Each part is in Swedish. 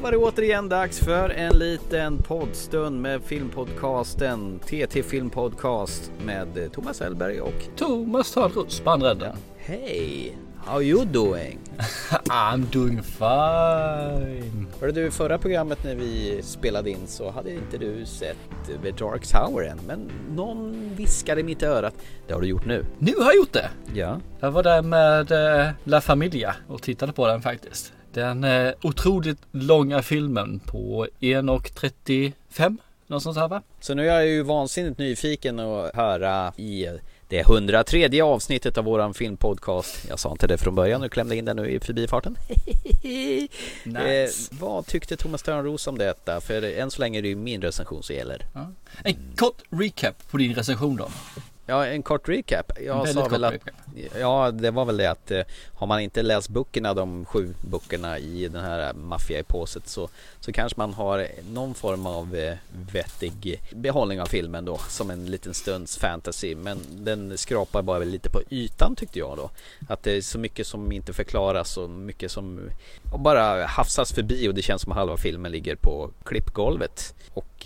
var det återigen dags för en liten poddstund med filmpodcasten TT Filmpodcast med Thomas Hellberg och Thomas Hallros på andra änden. Hej, how you doing? I'm doing fine. Hörde du, förra programmet när vi spelade in så hade inte du sett The Dark Tower än, men någon viskade i mitt öra att det har du gjort nu. Nu har jag gjort det. Ja. Jag var där med La Familia och tittade på den faktiskt. Den otroligt långa filmen på 1:35, någonstans här va? Så nu är jag ju vansinnigt nyfiken att höra i det 103:e avsnittet av våran filmpodcast. Jag sa inte det från början och klämde in den nu i förbifarten. Nice. Vad tyckte Thomas Törnros om detta? För än så länge är det ju min recension som gäller. Ja. En kort recap på din recension då. Ja, en kort recap. Jag sa väl att recap. ja, det var väl det att har man inte läst böckerna, de 7 böckerna i den här maffia-epåset så kanske man har någon form av vettig behållning av filmen då, som en liten stunds fantasy, men den skrapar bara lite på ytan tyckte jag då. Att det är så mycket som inte förklaras och mycket som bara hafsas förbi och det känns som halva filmen ligger på klippgolvet och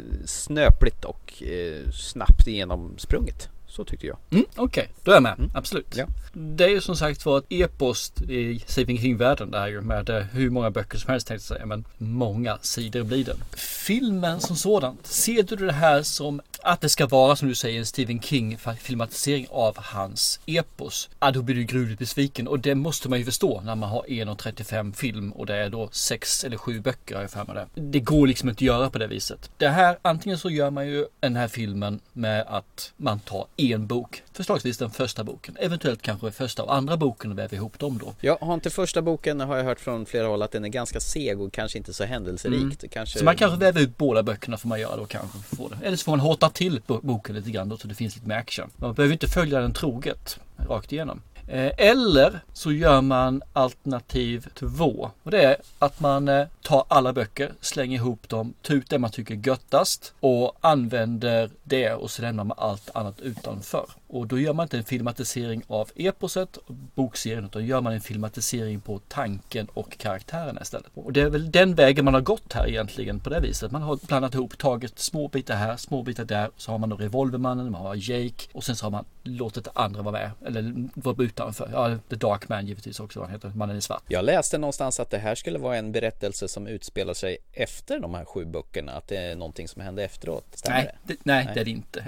snöpligt och snabbt genomsprunget. Så tyckte jag. Okej, då är jag med. Absolut. Ja. Det är ju som sagt för ett epos i Stephen King-världen det här ju med hur många böcker som helst tänkte jag säga, men många sidor blir den. Filmen som sådant, ser du det här som att det ska vara som du säger en Stephen King-filmatisering av hans epos? Ja, då blir du gruvligt besviken och det måste man ju förstå när man har 1:35 film och det är då 6 eller 7 böcker jag för mig det. Det går liksom inte att göra på det viset. Det här, antingen så gör man ju den här filmen med att man tar en bok, förslagsvis den första boken, eventuellt kanske första och andra boken och väver ihop dem då. Ja, har inte första boken har jag hört från flera håll att den är ganska seg och kanske inte så händelserikt. Så man kanske väver ut båda böckerna får man göra då kanske. Få det. Eller så får man håta till boken lite grann då så det finns lite mer action. Man behöver inte följa den troget rakt igenom. Eller så gör man alternativ 2 och det är att man tar alla böcker, slänger ihop dem, tar ut det man tycker är göttast och använder det och så lämnar man allt annat utanför. Och då gör man inte en filmatisering av eposet och bokserien utan gör man en filmatisering på tanken och karaktärerna istället. Och det är väl den vägen man har gått här egentligen på det viset. Man har blandat ihop, tagit små bitar här, små bitar där, så har man då Revolvermannen, man har Jake och sen så har man låtit det andra vara med, eller vara utanför. Ja, The Dark Man givetvis också, vad heter Mannen i svart. Jag läste någonstans att det här skulle vara en berättelse som utspelar sig efter de här 7 böckerna, att det är någonting som hände efteråt. Stämmer det? Nej, det är det inte.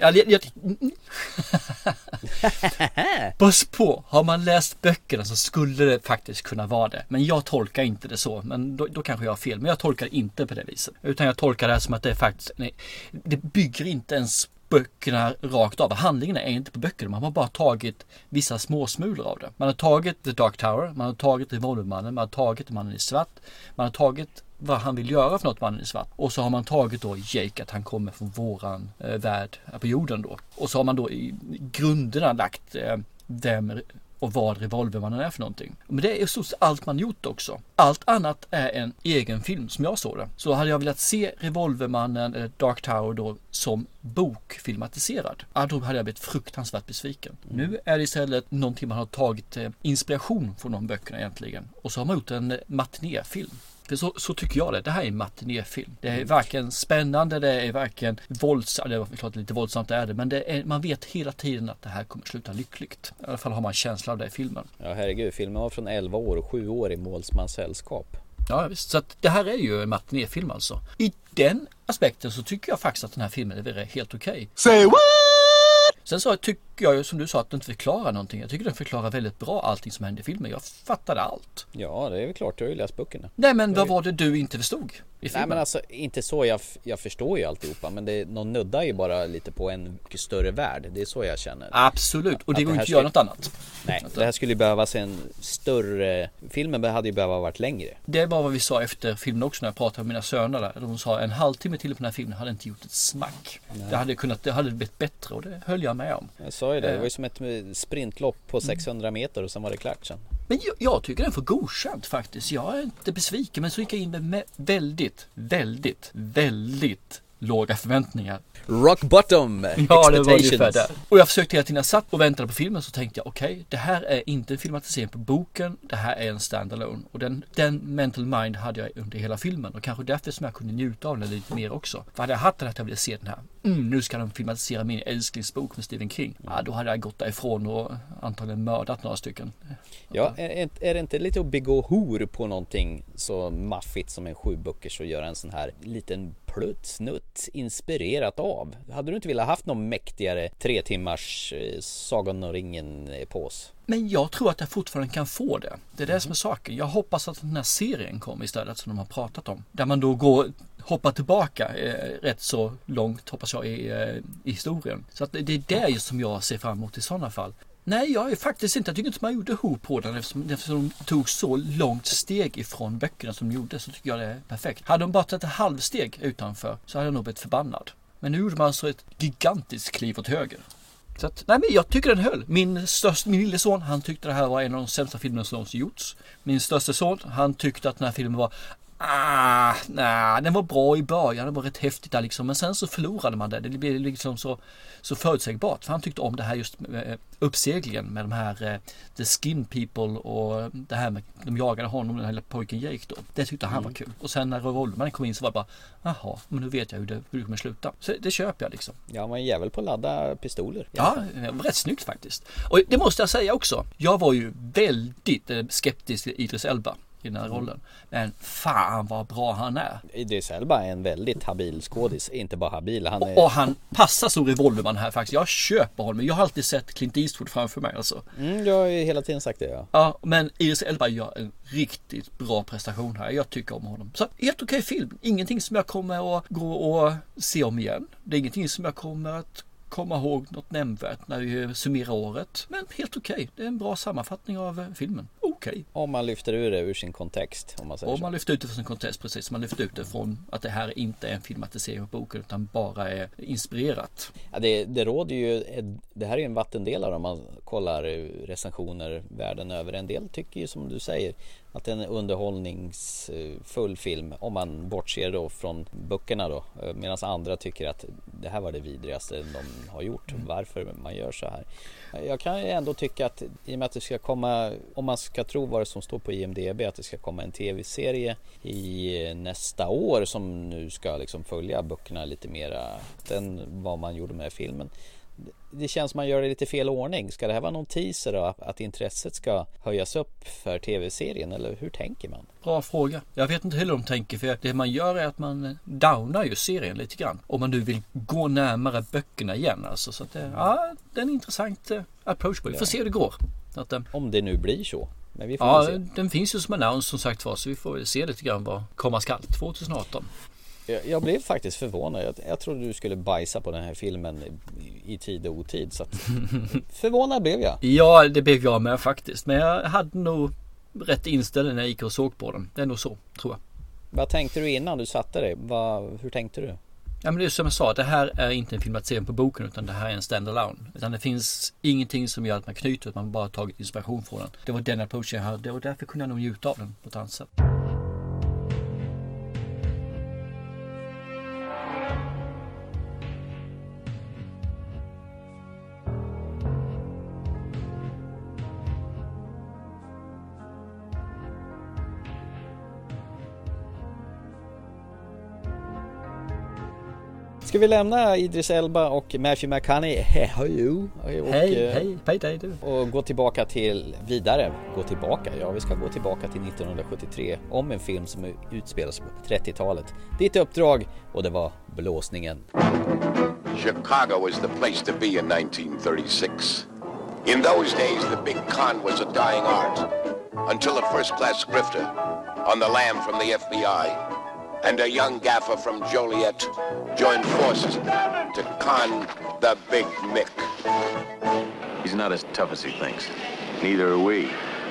Pass på, har man läst böckerna så skulle det faktiskt kunna vara det. Men jag tolkar inte det så. Men då kanske jag har fel. Men jag tolkar inte på det viset. Utan jag tolkar det här som att det är faktiskt... Nej, det bygger inte ens böckerna rakt av. Handlingen är inte på böckerna. Man har bara tagit vissa småsmulor av det. Man har tagit The Dark Tower. Man har tagit Revolvermannen. Man har tagit Mannen i svart. Man har tagit vad han vill göra för något, Mannen i svart. Och så har man tagit då Jake, att han kommer från våran värld på jorden då. Och så har man då i grunderna lagt vem och vad Revolvermannen är för någonting. Men det är så allt man gjort också. Allt annat är en egen film som jag såg det. Så hade jag velat se Revolvermannen eller Dark Tower då som bokfilmatiserad. Ja, då hade jag blivit fruktansvärt besviken. Nu är det istället någonting man har tagit inspiration från de böckerna egentligen. Och så har man gjort en matinéfilm. För så tycker jag det. Det här är en matinéfilm. Det är varken spännande, det är varken våldsamt. Det är klart lite våldsamt är det. Men det är, man vet hela tiden att det här kommer sluta lyckligt. I alla fall har man känsla av det i filmen. Ja, herregud. Filmen var från 11 år och 7 år i målsmans sällskap. Ja, visst. Så att det här är ju en matinéfilm alltså. I den aspekten så tycker jag faktiskt att den här filmen är helt okej. Say what? Sen så tycker jag ju som du sa att den inte förklarar någonting. Jag tycker den förklarar väldigt bra allting som händer i filmen. Jag fattade allt. Ja, det är väl klart. Jag har ju läst böckerna. Nej, men vad var det du inte förstod i filmen? Nej, men alltså inte så. Jag förstår ju alltihopa. Men någon nuddar ju bara lite på en mycket större värld. Det är så jag känner. Absolut. Och det går inte att göra något annat. Nej, det här skulle ju behövas en större... Filmen hade ju behövt varit längre. Det var vad vi sa efter filmen också när jag pratade med mina söner där. De sa en halvtimme till på den här filmen hade inte gjort ett smack. Det hade blivit bättre och det höll jag med om. Jag sa ju det. Det var ju som ett sprintlopp på 600 meter och sen var det klart sen. Men jag tycker den får godkänt faktiskt. Jag är inte besviken, men så gick jag in med väldigt, väldigt, väldigt låga förväntningar. Rock bottom Ja, det var ungefär där. Och jag försökte hela tiden, jag satt och väntade på filmen, så tänkte jag okej, det här är inte en filmatisering på boken, det här är en standalone. Och den mental mind hade jag under hela filmen, och kanske därför som jag kunde njuta av den lite mer också. För hade jag haft det att jag ville se den här, nu ska de filmatisera min älsklingsbok med Stephen King. Ja, då hade jag gått därifrån och antagligen mördat några stycken. Ja, är det inte lite att begå hor på någonting så maffigt som en 7-böckers och göra en sån här liten plutsnutt inspirerat av? Hade du inte velat haft någon mäktigare 3 timmars Sagan om ringen-epos? Men jag tror att jag fortfarande kan få det. Det är det som är saken. Jag hoppas att den här serien kommer istället, som de har pratat om. Där man då hoppar tillbaka rätt så långt, hoppas jag, i historien. Så att det är det som jag ser fram emot i sådana fall. Nej, jag är faktiskt inte. Jag tycker inte man gjorde ihop på den eftersom de tog så långt steg ifrån böckerna som de gjorde, så tycker jag det är perfekt. Hade de bara tagit ett halvsteg utanför så hade jag nog blivit förbannad. Men nu gjorde man alltså ett gigantiskt kliv åt höger. Så att, nej, men jag tycker den höll. Min lille son, han tyckte det här var en av de sämsta filmerna som någonsin gjorts. Min största son, han tyckte att den här filmen var den var bra i början, det var rätt häftigt där liksom, men sen så förlorade man det. Det blev liksom så förutsägbart, för han tyckte om det här just med uppseglingen med de här the skin people och det här med de jagade honom, den här pojken Jake då. Det tyckte han var kul. Och sen när Revolverman kom in så var det bara, jaha, men nu vet jag hur det kommer sluta. Så det köper jag liksom. Ja, man är jävel på att ladda pistoler. Ja, rätt snyggt faktiskt. Och det måste jag säga också. Jag var ju väldigt skeptisk till Idris Elba i den här rollen. Men fan vad bra han är. Idris Elba är en väldigt habil skådis. Inte bara habil. Och han passar som Revolverman här faktiskt. Jag köper honom. Jag har alltid sett Clint Eastwood framför mig alltså. Jag har ju hela tiden sagt det, ja. Ja, men Idris Elba gör en riktigt bra prestation här. Jag tycker om honom. Så helt okej film. Ingenting som jag kommer att gå och se om igen. Det är ingenting som jag kommer att komma ihåg något nämnvärt när vi summerar året. Men helt okej. Det är en bra sammanfattning av filmen. Okej. Om man lyfter ur det ur sin kontext. Om man lyfter ut det från sin kontext, precis. Man lyfter ut det från att det här inte är en filmatisering av boken utan bara är inspirerat. Ja, det råder ju, det här är en vattendelare om man kollar recensioner världen över. En del tycker ju som du säger att det är en underhållningsfull film om man bortser då från böckerna då, medan andra tycker att det här var det vidrigaste de har gjort. Varför man gör så här. Jag kan ju ändå tycka att i och med att det ska komma, om man ska tro vad det som står på IMDb, att det ska komma en tv-serie i nästa år som nu ska liksom följa böckerna lite mera än vad man gjorde med filmen. Det känns som man gör det lite fel ordning. Ska det här vara någon teaser då, att intresset ska höjas upp för tv-serien, eller hur tänker man? Bra fråga. Jag vet inte hur de tänker, för det man gör är att man downar ju serien lite grann. Om man nu vill gå närmare böckerna igen alltså. Så att det är en intressant approach på det. Vi får se hur det går. Att, om det nu blir så. Men vi får se. Den finns ju som annons som sagt var, så vi får se lite grann vad komma skall 2018. Jag blev faktiskt förvånad. Jag trodde du skulle bajsa på den här filmen i tid och otid. Så att förvånad blev jag. Ja, det blev jag med faktiskt. Men jag hade nog rätt inställning när jag gick och såg på den. Det är nog så, tror jag. Vad tänkte du innan du satte dig? Hur tänkte du? Ja, men det är som jag sa, det här är inte en filmatisering på boken utan det här är en standalone. Utan det finns ingenting som gör att man knyter, att man bara tagit inspiration från den. Det var den approachen jag hade och därför kunde jag nog njuta av den på ett annat sätt. Ska vi lämna Idris Elba och Matthew McConaughey? Hej du. Och gå tillbaka vi ska gå tillbaka till 1973 om en film som utspelas på 30-talet. Ditt uppdrag, och det var blåsningen. Chicago was the place to be in 1936. In those days the big con was a dying art until a first-class grifter on the lam from the FBI and a young gaffer from Joliet joined forces to con the Big Mick. He's not as tough as he thinks. Neither are we.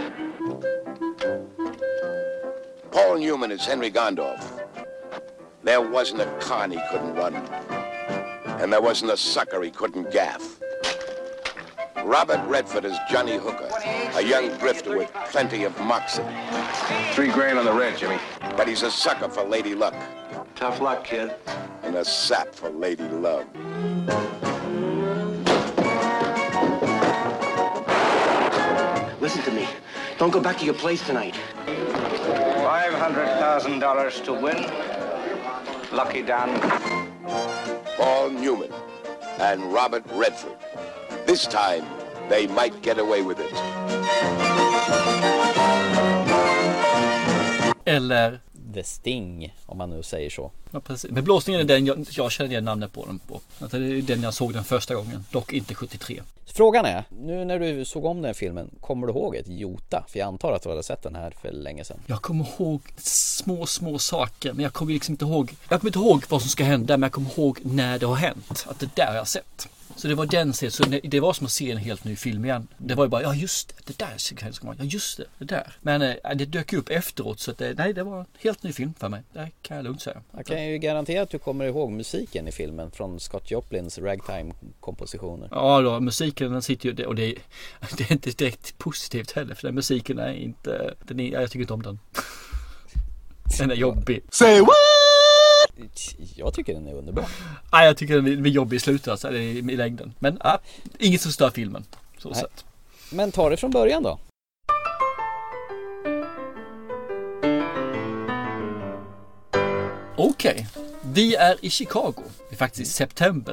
Paul Newman is Henry Gondorff. There wasn't a con he couldn't run. And there wasn't a sucker he couldn't gaff. Robert Redford is Johnny Hooker, a young grifter with plenty of moxie. $3 grand on the red, Jimmy. But he's a sucker for Lady Luck. Tough luck, kid. And a sap for Lady Love. Listen to me. Don't go back to your place tonight. $500,000 to win. Lucky Dan. Paul Newman and Robert Redford. This time, they might get away with it. Eller The Sting, om man nu säger så. ja, precis. Men blåsningen är den jag känner igen namnet på den på. Alltså, det är den jag såg den första gången, dock inte 73. Frågan är, nu när du såg om den här filmen, kommer du ihåg ett jota? För jag antar att du hade sett den här för länge sedan. Jag kommer ihåg små saker, men jag kommer liksom inte ihåg. Jag kommer inte ihåg vad som ska hända, men jag kommer ihåg när det har hänt. Att det där har jag sett. Så det var den scenen, så det var som att se en helt ny film igen. Det var ju bara, ja just det där ska man, ja just det där. Men det dök upp efteråt, så att det var en helt ny film för mig. Det kan jag lugnt säga. Jag kan ju garantera att du kommer ihåg musiken i filmen från Scott Joplins ragtime-kompositioner. Ja då, musiken den sitter ju, och det är inte direkt positivt heller, för den musiken är inte, jag tycker inte om den. Den är jobbig. Say what? Jag tycker den är underbar. Nej, jag tycker den är jobbig i slutet, alltså, i längden. Men inget som stör filmen, så sett. Men ta det från början då. Okej, vi är i Chicago. Det är faktiskt september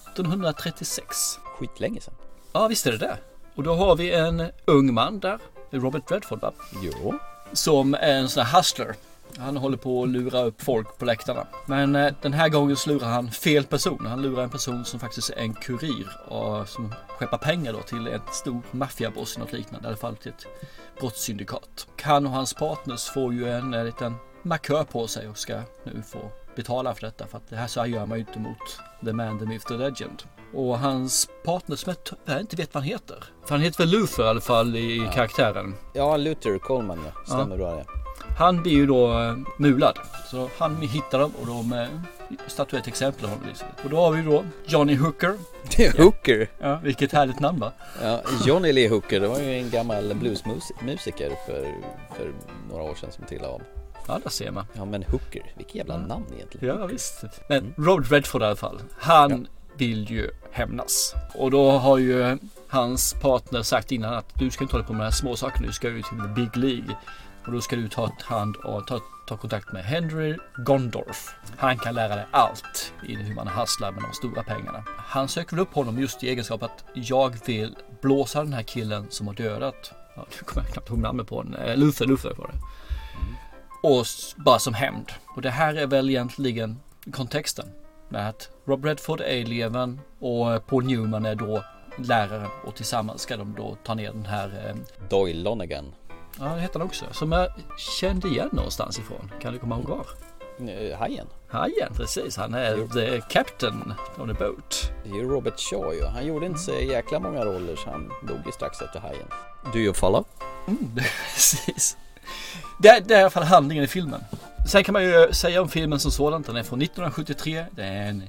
1936. Skitlänge sedan. Ja, visst är det det. Och då har vi en ung man där, Robert Redford, va? Jo. Som är en sån här hustler. Han håller på att lura upp folk på läktarna. Men den här gången så lurar han fel person. Han lurar en person som faktiskt är en kurir och som skeppar pengar då till ett stor maffiaboss eller något liknande. I alla fall till ett brottssyndikat. Han och hans partners får ju en liten markör på sig och ska nu få betala för detta. För att det här så här gör man ju inte mot The Man, The Myth, The Legend. Och hans partner som jag inte vet vad han heter. För han heter väl Luther i alla fall i karaktären. Ja, Luther Coleman, ja. Stämmer bra det. Han blir ju då mulad. Så han hittar dem och de statuerar ett exempel av honom. Och då har vi då Johnny Hooker. Hooker? Ja, vilket härligt namn, va? Ja, Johnny Lee Hooker, det var ju en gammal bluesmusiker för några år sedan som trillade av. Ja, där ser man. Ja, men Hooker, vilket jävla namn egentligen. Ja, visst. Men Robert Redford i alla fall, han vill ju hämnas. Och då har ju hans partner sagt innan att du ska inte hålla på med de här små sakerna, du ska ju till the Big League. Och då ska du ta hand och ta kontakt med Henry Gondorf. Han kan lära dig allt i hur man hustlar med de stora pengarna. Han söker upp honom just i egenskap att jag vill blåsa den här killen som har dödat. Ja, nu kommer jag knappt ihåg namnet på den. Luther var det. Och bara som hämnd. Och det här är väl egentligen kontexten. Med att Rob Redford är eleven och Paul Newman är då läraren. Och tillsammans ska de då ta ner den här... Doyle Lonergan. Ja, det heter han också. Som jag kände igen någonstans ifrån. Kan du komma ihåg var? Hajen. Hajen, precis. Han är the captain on the boat. Det är ju Robert Shaw ju. Han gjorde inte så jäkla många roller så han dog ju strax efter Hajen. Do you follow? Precis. Det är i alla fall handlingen i filmen. Sen kan man ju säga om filmen som sådant. Den är från 1973. Det är en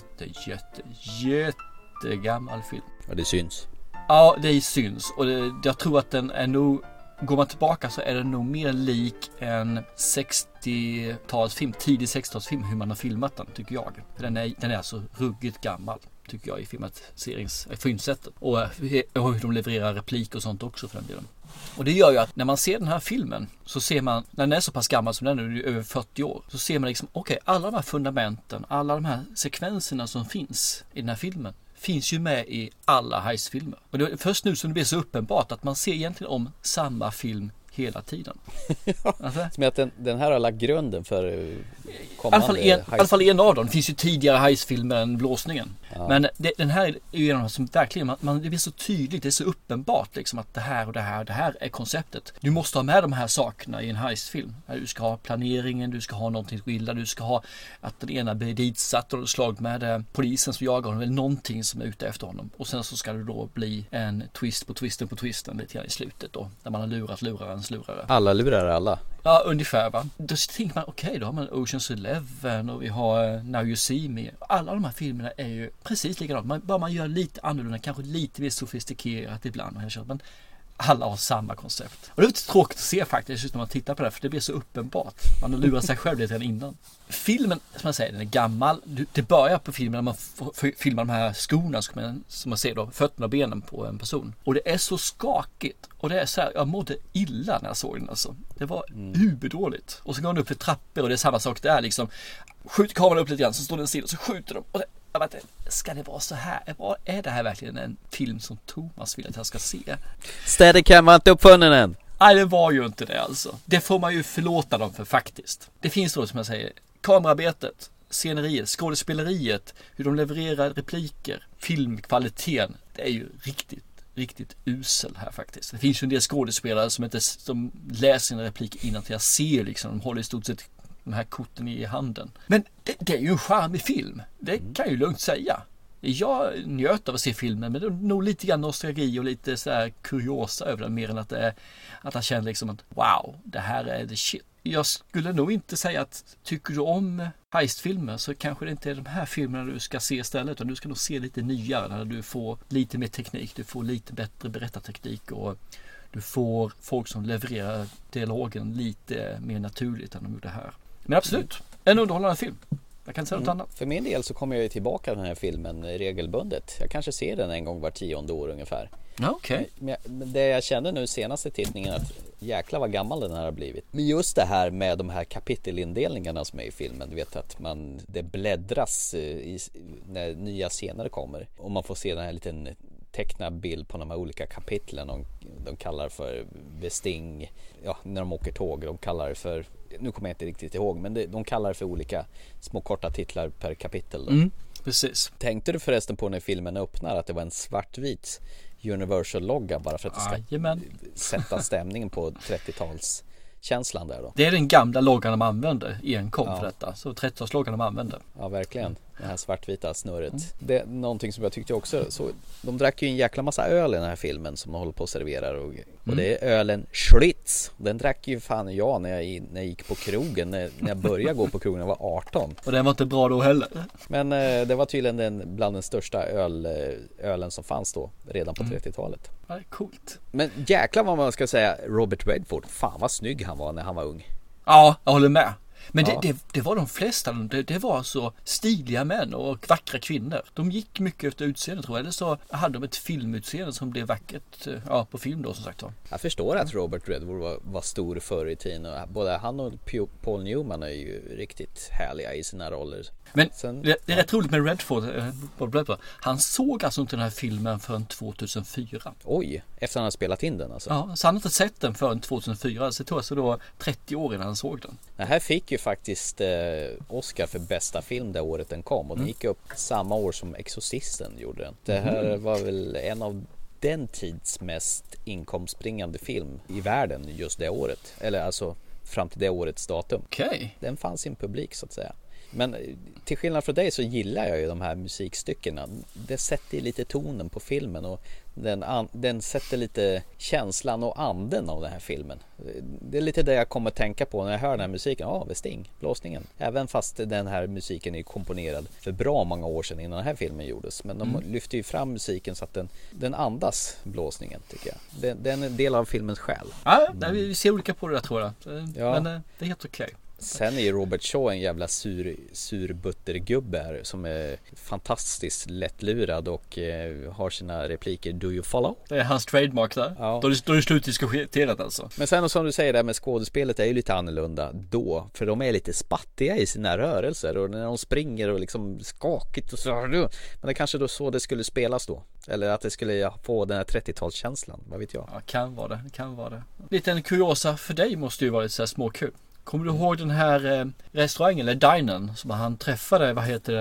jättegammal film. Ja, det syns. Ja, det syns. Och jag tror att den är nog... Går man tillbaka så är den nog mer lik en 60-talsfilm, tidig 60-talsfilm hur man har filmat den, tycker jag. För den är alltså ruggigt gammal, tycker jag, i filmsättet. Och hur de levererar replik och sånt också för den delen. Och det gör ju att när man ser den här filmen så ser man, när den är så pass gammal som den är nu, över 40 år, så ser man liksom, okej, alla de här fundamenten, alla de här sekvenserna som finns i den här filmen finns ju med i alla heistfilmer. Och det är först nu som det blir så uppenbart att man ser egentligen om samma film hela tiden. Alltså, som att den här har lagt grunden för kommande i alla fall en av dem. Det finns ju tidigare heistfilmer än Blåsningen. Ja. Men den här är ju en av dem som verkligen, det blir så tydligt, det är så uppenbart liksom att det här och det här och det här är konceptet. Du måste ha med de här sakerna i en heistfilm. Du ska ha planeringen, du ska ha någonting illa, du ska ha att den ena blir ditsatt och slag med polisen som jagar honom, eller någonting som är ute efter honom. Och sen så ska det då bli en twist på twisten lite grann i slutet då, där man har lurat lurarens lurare. Alla lurar alla. Ja, ungefär, va. Då tänker man, okej, då har man Ocean's 11 och vi har Now You See Me. Alla de här filmerna är ju precis likadant. Bara man gör lite annorlunda, kanske lite mer sofistikerat ibland. Men alla har samma koncept. Och det är lite tråkigt att se faktiskt just när man tittar på det, för det blir så uppenbart. Man har lurat sig själv lite innan. Filmen, som jag säger, den är gammal. Det börjar på filmen när man filmar de här skorna som man ser då, fötterna och benen på en person. Och det är så skakigt. Och det är så här, jag mådde illa när jag såg den alltså. Det var ubedåligt. Och så går den upp för trappor och det är samma sak där liksom. Skjuter kameran upp lite grann, så står den still och så skjuter de. Och det, jag vet inte, ska det vara så här? Är det här verkligen en film som Thomas vill att jag ska se? Steadicam var inte uppfunnen än. Nej, det var ju inte det alltså. Det får man ju förlåta dem för faktiskt. Det finns då, som jag säger, kamerarbetet, sceneriet, skådespeleriet, hur de levererar repliker, filmkvaliteten. Det är ju riktigt usel här faktiskt. Det finns ju en del skådespelare som läser sina repliker innan jag ser liksom. De håller i stort sett de här korten i handen. Men det är ju en charmig film. Det kan jag ju lugnt säga. Jag njöt av att se filmen, men det är nog lite grann nostalgi och lite så här kuriosa över den, mer än att jag känner liksom att wow, det här är the shit. Jag skulle nog inte säga att tycker du om heistfilmer så kanske det inte är de här filmerna du ska se istället, utan du ska nog se lite nyare där du får lite mer teknik, du får lite bättre berättarteknik och du får folk som levererar dialogen lite mer naturligt än de gjorde här. Men absolut, en underhållande film. Jag kan inte säga något annat. För min del så kommer jag ju tillbaka till den här filmen regelbundet. Jag kanske ser den en gång var 10:e år ungefär. Okej. Men det jag kände nu senaste tittningen att jäkla vad gammal den här har blivit. Men just det här med de här kapitelindelningarna som är i filmen. Du vet att det bläddras när nya scener kommer. Och man får se den här liten tecknad bild på de här olika kapitlen. De kallar för Vesting. Ja, när de åker tåg. De kallar det för, nu kommer jag inte riktigt ihåg, men de kallar det för olika små korta titlar per kapitel. Precis. Tänkte du förresten på när filmen öppnar att det var en svartvit Universal-logga bara för att det ska sätta stämningen på 30-talskänslan där då? Det är den gamla loggan de använde enkom för detta. Så 30-talsloggan de använde. Ja, verkligen. Det här svartvita snurret. Det är någonting som jag tyckte också. Så, de drack ju en jäkla massa öl i den här filmen som de håller på att servera. Och det är ölen Schlitz. Den drack ju fan jag när jag gick på krogen. När jag började gå på krogen när jag var 18. Och den var inte bra då heller. Men det var tydligen bland den största ölen som fanns då. Redan på 30-talet. Ja, det är coolt. Men jäklar vad man ska säga. Robert Redford. Fan vad snygg han var när han var ung. Ja, jag håller med. Men det var de flesta, det var så stiliga män och vackra kvinnor. De gick mycket efter utseende tror jag. Eller så hade de ett filmutseende som blev vackert på film då som sagt. Jag förstår att Robert Redford var stor förr i tiden. Både han och Paul Newman är ju riktigt härliga i sina roller. Men det är rätt roligt med Redford. Han såg alltså inte den här filmen förrän 2004. Oj, efter han har spelat in den alltså. Ja, så han har inte sett den förrän 2004. Så det tog alltså då 30 år innan han såg den. Det här fick ju faktiskt Oscar för bästa film det året den kom. Och den gick upp samma år som Exorcisten gjorde den. Det här var väl en av den tids mest inkomstbringande film i världen just det året. Eller alltså fram till det årets datum. Okej. Den fanns i en publik så att säga. Men till skillnad från dig så gillar jag ju de här musikstyckena. Det sätter lite tonen på filmen och den sätter lite känslan och anden av den här filmen. Det är lite det jag kommer att tänka på när jag hör den här musiken. Ja, Vesting, blåsningen. Även fast den här musiken är komponerad för bra många år sedan innan den här filmen gjordes. Men de lyfter ju fram musiken så att den andas blåsningen tycker jag. Det är en del av filmens själ. Ja, vi ser olika på det där tror jag. Men det är helt okej. Sen är ju Robert Shaw en jävla surbuttergubbe här som är fantastiskt lättlurad och har sina repliker Do you follow? Det är hans trademark där. Ja. Då är det slutdiskuterat alltså. Men sen som du säger där med skådespelet är ju lite annorlunda då. För de är lite spattiga i sina rörelser och när de springer och liksom skakigt och så. Men det kanske då så det skulle spelas då. Eller att det skulle få den här 30-talskänslan, vad vet jag. Ja, kan vara det. Lite en kuriosa för dig måste ju vara lite så här småkul. Kommer du ihåg den här restaurangen eller dinern som han träffade,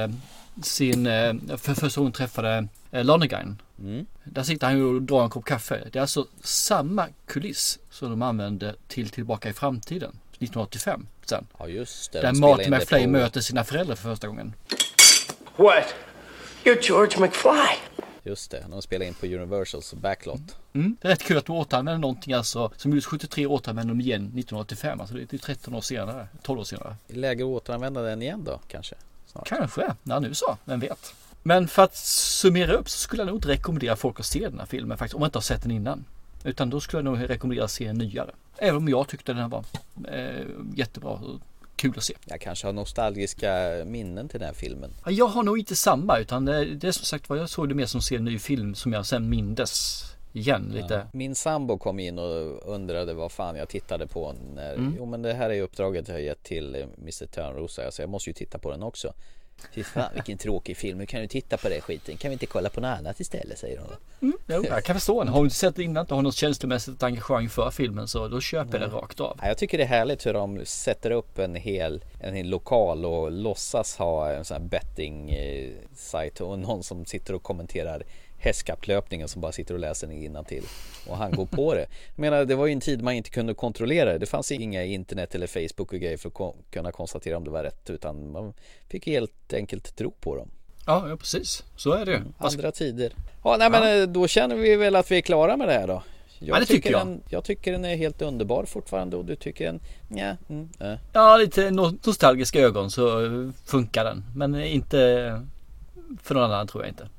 för första gången träffade Lonergan. Där sitter han ju och drar en kopp kaffe. Det är alltså samma kuliss som de använde till Tillbaka i framtiden 1985 sen. Ja just det. Där Marty McFly möter sina föräldrar för första gången. What? You're George McFly. Just det, de spelar in på Universals backlot. Det är rätt kul att du återanvänder någonting alltså, som gjordes 73 återanvänder de igen 1985. Alltså det är 13 år senare, 12 år senare. Läge att återanvända den igen då, kanske? Snart. Kanske, nu så, vem vet. Men för att summera upp så skulle jag nog inte rekommendera folk att se den här filmen faktiskt, om man inte har sett den innan. Utan då skulle jag nog rekommendera att se en nyare. Även om jag tyckte den här var jättebra och kul att se. Jag kanske har nostalgiska minnen till den här filmen. Ja, jag har nog inte samma, utan det är som sagt vad jag såg det mer som ser en ny film som jag sen mindes igen lite. Ja. Min sambo kom in och undrade vad fan jag tittade på när, jo men det här är uppdraget jag har gett till Mr. Törnrosa, så jag måste ju titta på den också. Fy fan, vilken tråkig film, nu kan du titta på det skiten, kan vi inte kolla på något annat istället, säger hon. Jo, jag kan förstå den. Har du inte sett det innan, du har något känslomässigt engagemang för filmen, så då köper jag det rakt av. Jag tycker det är härligt hur de sätter upp en hel lokal och låtsas ha en sån här betting-sajt och någon som sitter och kommenterar hästkapplöpningen som bara sitter och läser den innantill och han går på det. Jag menar, det var ju en tid man inte kunde kontrollera det. Det fanns inga internet eller Facebook och grejer för att kunna konstatera om det var rätt, utan man fick helt enkelt tro på dem. Ja, precis. Så är det. Andra tider. Ja, nej, men då känner vi väl att vi är klara med det här då. Det tycker jag. Jag tycker den är helt underbar fortfarande och du tycker den... Ja, lite nostalgiska ögon så funkar den. Men inte för någon annan, tror jag inte.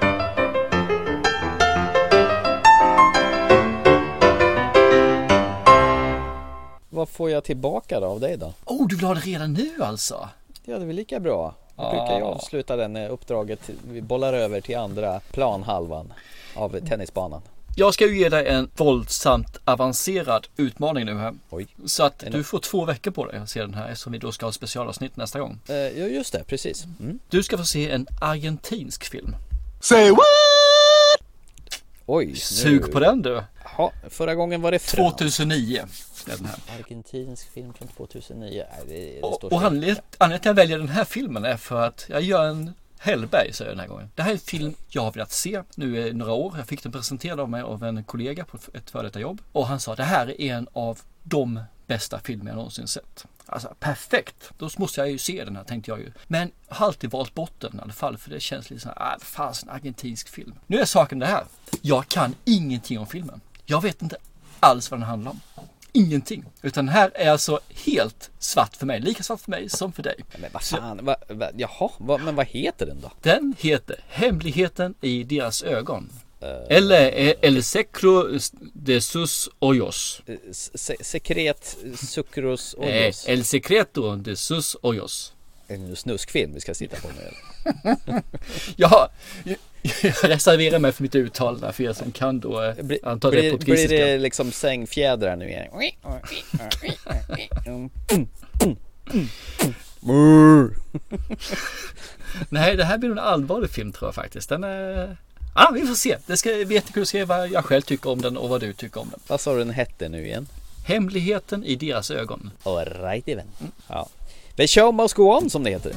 Vad får jag tillbaka då av dig då? Du vill ha det redan nu alltså? Ja, det är väl lika bra. Jag brukar ju avsluta den uppdraget. Vi bollar över till andra planhalvan av tennisbanan. Jag ska ju ge dig en våldsamt avancerad utmaning nu här. Oj. Så att du får 2 veckor på dig att se den här, eftersom vi då ska ha specialavsnitt nästa gång. Ja, just det, precis. Du ska få se en argentinsk film. Say what? Oj. Sug på den du. Ja, förra gången var det 2009. Den här. Argentinsk film från 2009. Och anledningen till att jag väljer den här filmen är för att jag gör en Hellberg, säger jag den här gången. Det här är en film jag har velat se nu i några år. Jag fick den presenterad av mig av en kollega på ett före detta jobb. Och han sa det här är en av de bästa filmer jag någonsin sett. Alltså perfekt. Då måste jag ju se den här, tänkte jag ju. Men jag har alltid valt bort den i alla fall, för det känns lite så här, en argentinsk film. Nu är saken det här. Jag kan ingenting om filmen. Jag vet inte alls vad den handlar om. Ingenting. Utan den här är alltså helt svart för mig. Lika svart för mig som för dig. Men vad fan, men vad heter den då? Den heter Hemligheten i deras ögon. Eller El Secreto de sus ojos. Sekret Sucros Ojos. El Secreto de sus ojos. En snuskfilm vi ska sitta på nu. Ja, jag reserverar mig för mitt uttal där, för er som kan då anta det portugisiska. Blir det liksom sängfjädrar nu igen? Nej, det här blir en allvarlig film tror jag faktiskt. Den är... vi får se. Det ska bli jättekul att se vad jag själv tycker om den och vad du tycker om den. Vad sa du den hette nu igen? Hemligheten i deras ögon. All right, even. Ja. The show must go on, som det heter.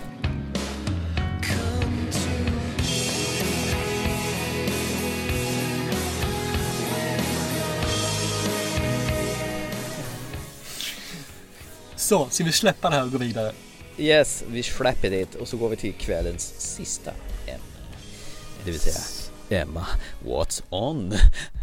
Så, ska vi släppa det här och gå vidare? Yes, vi släpper det och så går vi till kvällens sista ämne. Det vill säga, Emma, what's on?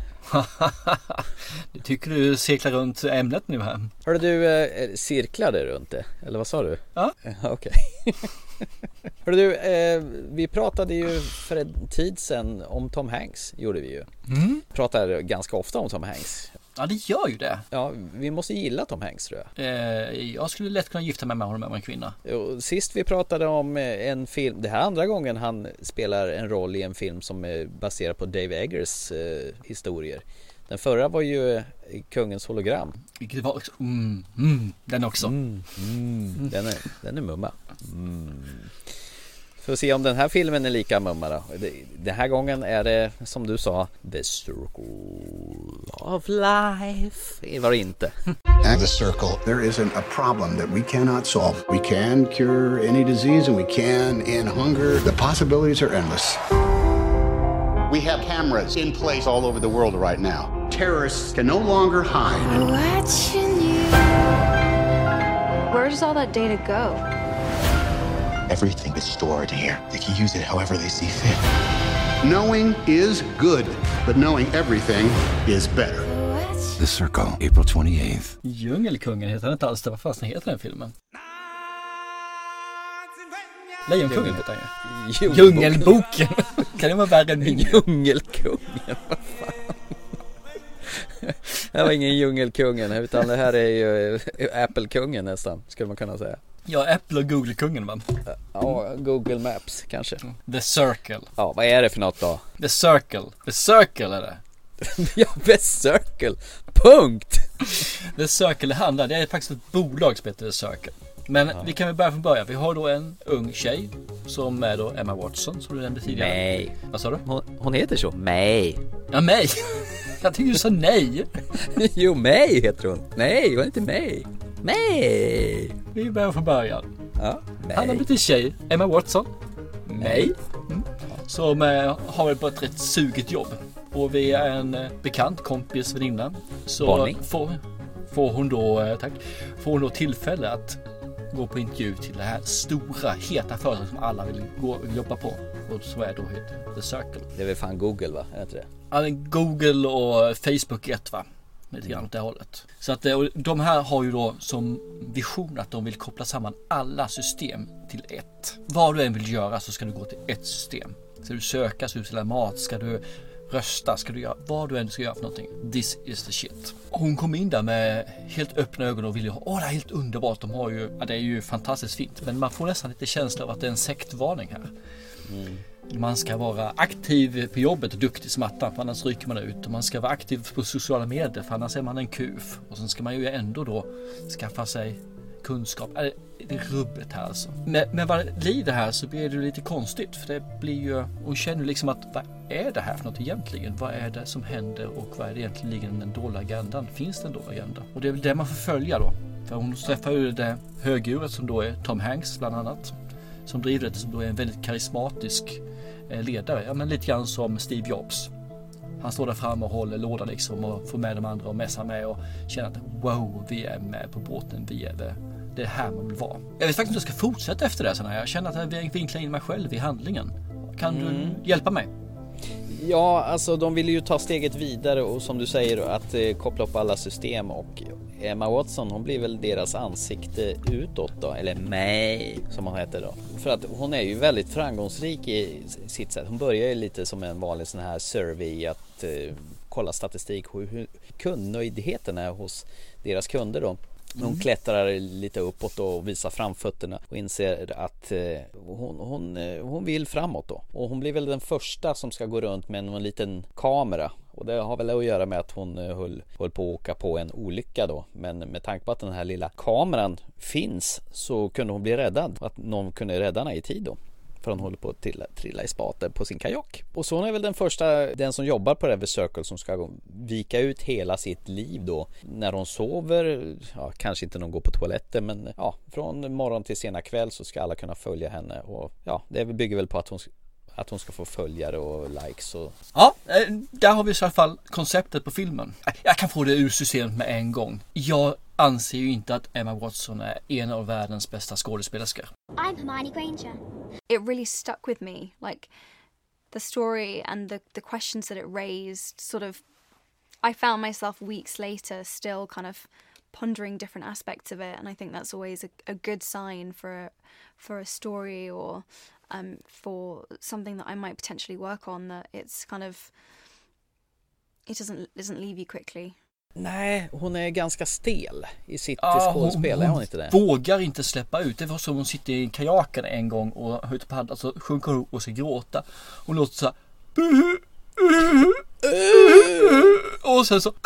Du tycker du cirklar runt ämnet nu här. Hörde du, cirklade runt det? Eller vad sa du? Ja. Okej. Hörde du, vi pratade ju för en tid sedan om Tom Hanks, gjorde vi ju. Pratar ganska ofta om Tom Hanks. Ja, det gör ju det. Ja, vi måste gilla Tom Hanks, tror jag. Jag skulle lätt kunna gifta mig med honom, med en kvinna. Sist vi pratade om en film, det här andra gången han spelar en roll i en film som är baserad på Dave Eggers historier. Den förra var ju Kungens hologram. Vilket var också, den också. Den är mumma. Får se om den här filmen är lika mumma då. Den här gången är det, som du sa, The Circle of Life. Det var det inte. At the Circle, there isn't a problem that we cannot solve. We can cure any disease and we can end hunger. The possibilities are endless. We have cameras in place all over the world right now. Terrorists can no longer hide. Watching you. Where does all that data go? Everything is stored here. They can use it however they see fit. Knowing is good, but knowing everything is better. The Circle, April 28th. Djungelkungen heter den inte alls. Vad fasen heter den filmen? Lejonkungen heter den ju. Djungelboken. Kan det vara värre än min? Djungelkungen, vad fan. Det var ingen djungelkungen, utan det här är ju Apple-kungen nästan, skulle man kunna säga. Ja, Apple och Google-kungen, va? Ja, Google Maps kanske. The Circle. Ja, vad är det för något då? The Circle är det. Ja, The Circle. Punkt! The Circle det är faktiskt ett bolag som heter The Circle. Men vi kan väl börja från början. Vi har då en ung tjej som är då Emma Watson, som du nämnde tidigare. Nej. Vad sa du? Hon heter så. May. Ja, May. Jag tycker du sa nej. Jo, May heter hon. Nej, hon heter May. May. Vi börjar från början. Ja, May. Han har blivit en tjej, Emma Watson. May. Som har väl på ett rätt suget jobb. Och vi är en bekant kompis väninna. Så får hon då tillfälle att gå på intervju till det här stora, heta företaget som alla vill jobba på. Och så är då The Circle. Det är väl fan Google, va? Är det inte det? Ja, Google och Facebook rätt, va? Lite grann åt det hållet. Så att de här har ju då som vision att de vill koppla samman alla system till ett. Vad du än vill göra så ska du gå till ett system. Ska du söka, ska du beställa mat, ska du rösta, ska du göra vad du än ska göra för någonting. This is the shit. Hon kom in där med helt öppna ögon och ville det är helt underbart. De har ju, det är ju fantastiskt fint. Men man får nästan lite känsla av att det är en sektvarning här. Man ska vara aktiv på jobbet och duktig som attan, för annars ryker man ut. Och man ska vara aktiv på sociala medier, för annars är man en kuf. Och sen ska man ju ändå då skaffa sig kunskap. Det är rubbet här alltså. Men vad lider här så blir det lite konstigt. För det blir ju, hon känner liksom att vad är det här för något egentligen? Vad är det som händer och vad är det egentligen den dolda agendan? Finns det en dold agenda? Och det är väl det man får följa då. För hon träffar ju det högdjuret som då är Tom Hanks bland annat. Som driver det, som då är en väldigt karismatisk ledare. Ja, men lite grann som Steve Jobs. Han står där framme och håller lådan liksom och får med de andra och mässar med och känner att wow, vi är med på båten, vi är det är här man vill vara. Jag vet faktiskt inte hur jag ska fortsätta efter det. Jag känner att jag vinklar in mig själv i handlingen. Kan du hjälpa mig? Ja, alltså de vill ju ta steget vidare och som du säger att koppla upp alla system, och Emma Watson, hon blir väl deras ansikte utåt då, eller May som hon heter då. För att hon är ju väldigt framgångsrik i sitt sätt. Hon börjar ju lite som en vanlig sån här survey att kolla statistik hur kundnöjdheten är hos deras kunder då. Hon klättrar lite uppåt och visar framfötterna och inser att hon vill framåt då. Och hon blir väl den första som ska gå runt med en liten kamera. Och det har väl att göra med att hon höll på att åka på en olycka då. Men med tanke på att den här lilla kameran finns så kunde hon bli räddad. Att någon kunde rädda henne i tid då. För hon håller på att trilla i spaten på sin kajak. Och så hon är väl den som jobbar på The Circle som ska vika ut hela sitt liv då. När hon sover, kanske inte när hon går på toaletten, men från morgon till sena kväll så ska alla kunna följa henne. Och det bygger väl på att hon ska få följare och likes och... Ja, där har vi i alla fall konceptet på filmen. Jag kan få det ur systemet med en gång. Jag anser ju inte att Emma Watson är en av världens bästa skådespelerskor. I'm Hermione Granger. It really stuck with me, like the story and the questions that it raised. Sort of, I found myself weeks later still kind of pondering different aspects of it, and I think that's always a good sign for a story or for something that I might potentially work on, that it's kind of, it doesn't leave you quickly. Nej, hon är ganska stel i sitt skådespel, är hon inte det? Vågar inte släppa ut. Det var som hon sitter i kajaken en gång och höjt på handen, så sjunker hon och ska gråta. Hon låter så här, och sen så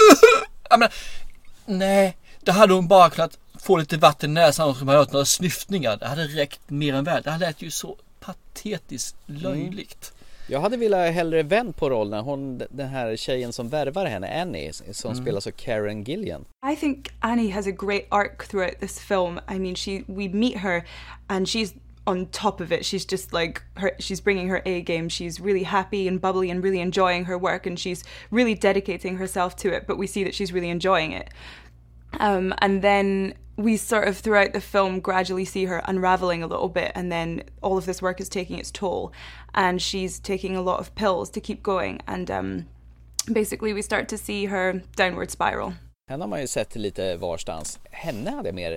nej, det hade hon bara kunnat få lite vatten i näsan och som hade hört några snyftningar. Det hade räckt mer än väl. Det hade lät ju så patetiskt löjligt. Jag hade velat hellre vänd på rollen. Den här tjejen som värvar henne, Annie, som spelas av Karen Gillan. I think Annie has a great arc throughout this film. I mean, we meet her and she's on top of it. She's just like she's bringing her A game. She's really happy and bubbly and really enjoying her work, and she's really dedicating herself to it, but we see that she's really enjoying it. And then we sort of throughout the film gradually see her unraveling a little bit, and then all of this work is taking its toll, and she's taking a lot of pills to keep going, and basically we start to see her downward spiral. Henne har man ju sett lite varstans. Henne hade jag mer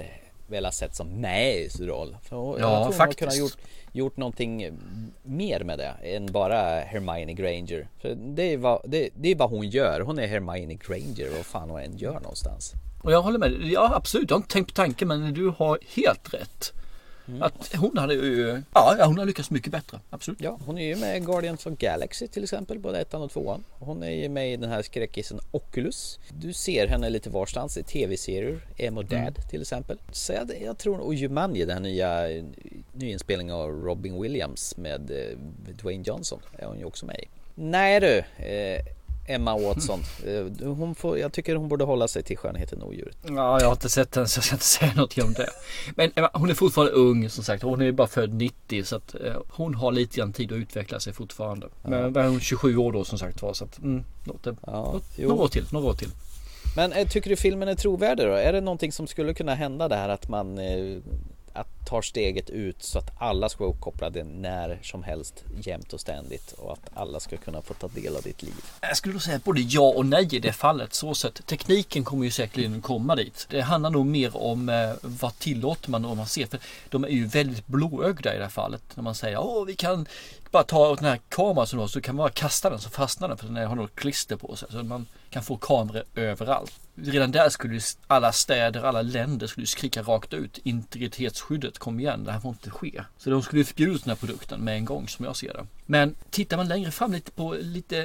velat sett som Mays roll. För jag tror faktiskt. hon hade kunnat gjort någonting mer med det än bara Hermione Granger. För det är vad hon gör. Hon är Hermione Granger, vad fan hon än gör någonstans. Och jag håller med. Ja, absolut. Jag har inte tänkt på tanken, men du har helt rätt. Att hon hade ju, hon har lyckats mycket bättre, absolut. Ja, hon är ju med i Guardians of Galaxy till exempel, både 1 och 2. Hon är ju med i den här skräckisen Oculus. Du ser henne lite varstans i tv-serier, Emo Dad till exempel. Så jag tror, och Jumanji, den här nyinspelningen av Robin Williams med Dwayne Johnson, är hon ju också med i. Nej du, Emma Watson, jag tycker hon borde hålla sig till Skönheten och odjuret. Ja, jag har inte sett den så jag ska inte säga något om det. Men hon är fortfarande ung som sagt. Hon är bara född 90 så att hon har lite grann tid att utveckla sig fortfarande. Men hon är 27 år då som sagt var, så att några år till. Men tycker du filmen är trovärdig då? Är det någonting som skulle kunna hända det här att man tar steget ut så att alla ska vara uppkopplade när som helst, jämt och ständigt, och att alla ska kunna få ta del av ditt liv? Jag skulle då säga både ja och nej i det fallet. Så att tekniken kommer ju säkerligen komma dit. Det handlar nog mer om vad tillåter man om man ser. För de är ju väldigt blåögda i det här fallet. När man säger vi kan bara ta den här kameran som då, så kan man bara kasta den så fastnar den för den har något klister på sig. Så man kan få kameror överallt. Redan där skulle alla städer, alla länder skulle skrika rakt ut. Integritetsskyddet, kom igen, det här får inte ske. Så de skulle förbjuda den här produkten med en gång som jag ser det. Men tittar man längre fram lite på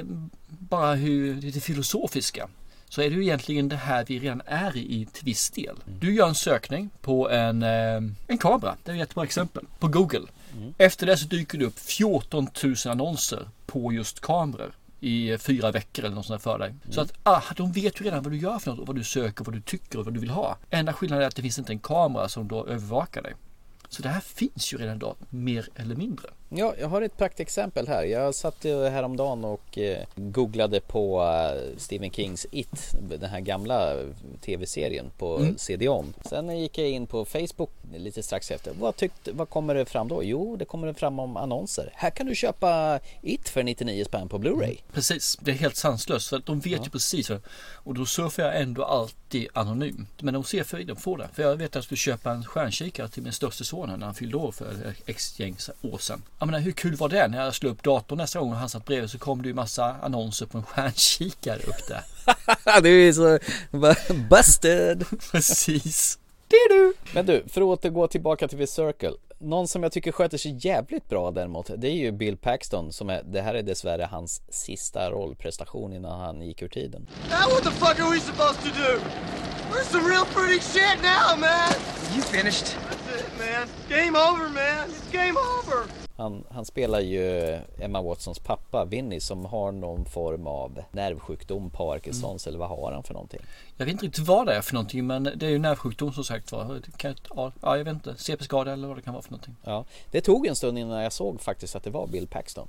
lite filosofiska, så är det ju egentligen det här vi redan är i till viss del. Du gör en sökning på en kamera, det är ett jättebra exempel, på Google. Efter det så dyker det upp 14 000 annonser på just kameror i 4 veckor eller något sånt för dig. Så att de vet ju redan vad du gör för något, och vad du söker, vad du tycker och vad du vill ha. Enda skillnaden är att det finns inte en kamera som då övervakar dig. Så det här finns ju redan idag, mer eller mindre. Ja, jag har ett praktexempel här. Jag satt häromdagen och googlade på Stephen Kings It, den här gamla tv-serien på CD-ON. Sen gick jag in på Facebook lite strax efter. Vad kommer det fram då? Jo, det kommer fram om annonser. Här kan du köpa It för 99 spänn på Blu-ray. Precis, det är helt sanslöst för att de vet ju precis. Och då surfar jag ändå alltid anonymt. Men de ser för de får det. För jag vet att jag skulle köpa en stjärnkikare till min största son när han fyllde år för x-gängs år sedan. Jag menar, hur kul var det när jag slog upp datorn nästa gång och han satt bredvid, så kom det ju massa annonser på en stjärnkikare upp där. Det är så busted. Precis. Det är du. Men du, för att återgå tillbaka till The Circle. Någon som jag tycker sköter sig jävligt bra däremot, det är ju Bill Paxton, det här är dessvärre hans sista rollprestation innan han gick ur tiden. Now what the fuck are we supposed to do? We're some real pretty shit now, man. You finished? That's it, man. Game over, man. It's game over. Han spelar ju Emma Watsons pappa Vinny, som har någon form av nervsjukdom, Parkinsons eller vad har han för någonting? Jag vet inte riktigt vad det är för någonting, men det är ju nervsjukdom som sagt var. Jag vet inte, CP-skada eller vad det kan vara för någonting. Ja, det tog en stund innan jag såg faktiskt att det var Bill Paxton.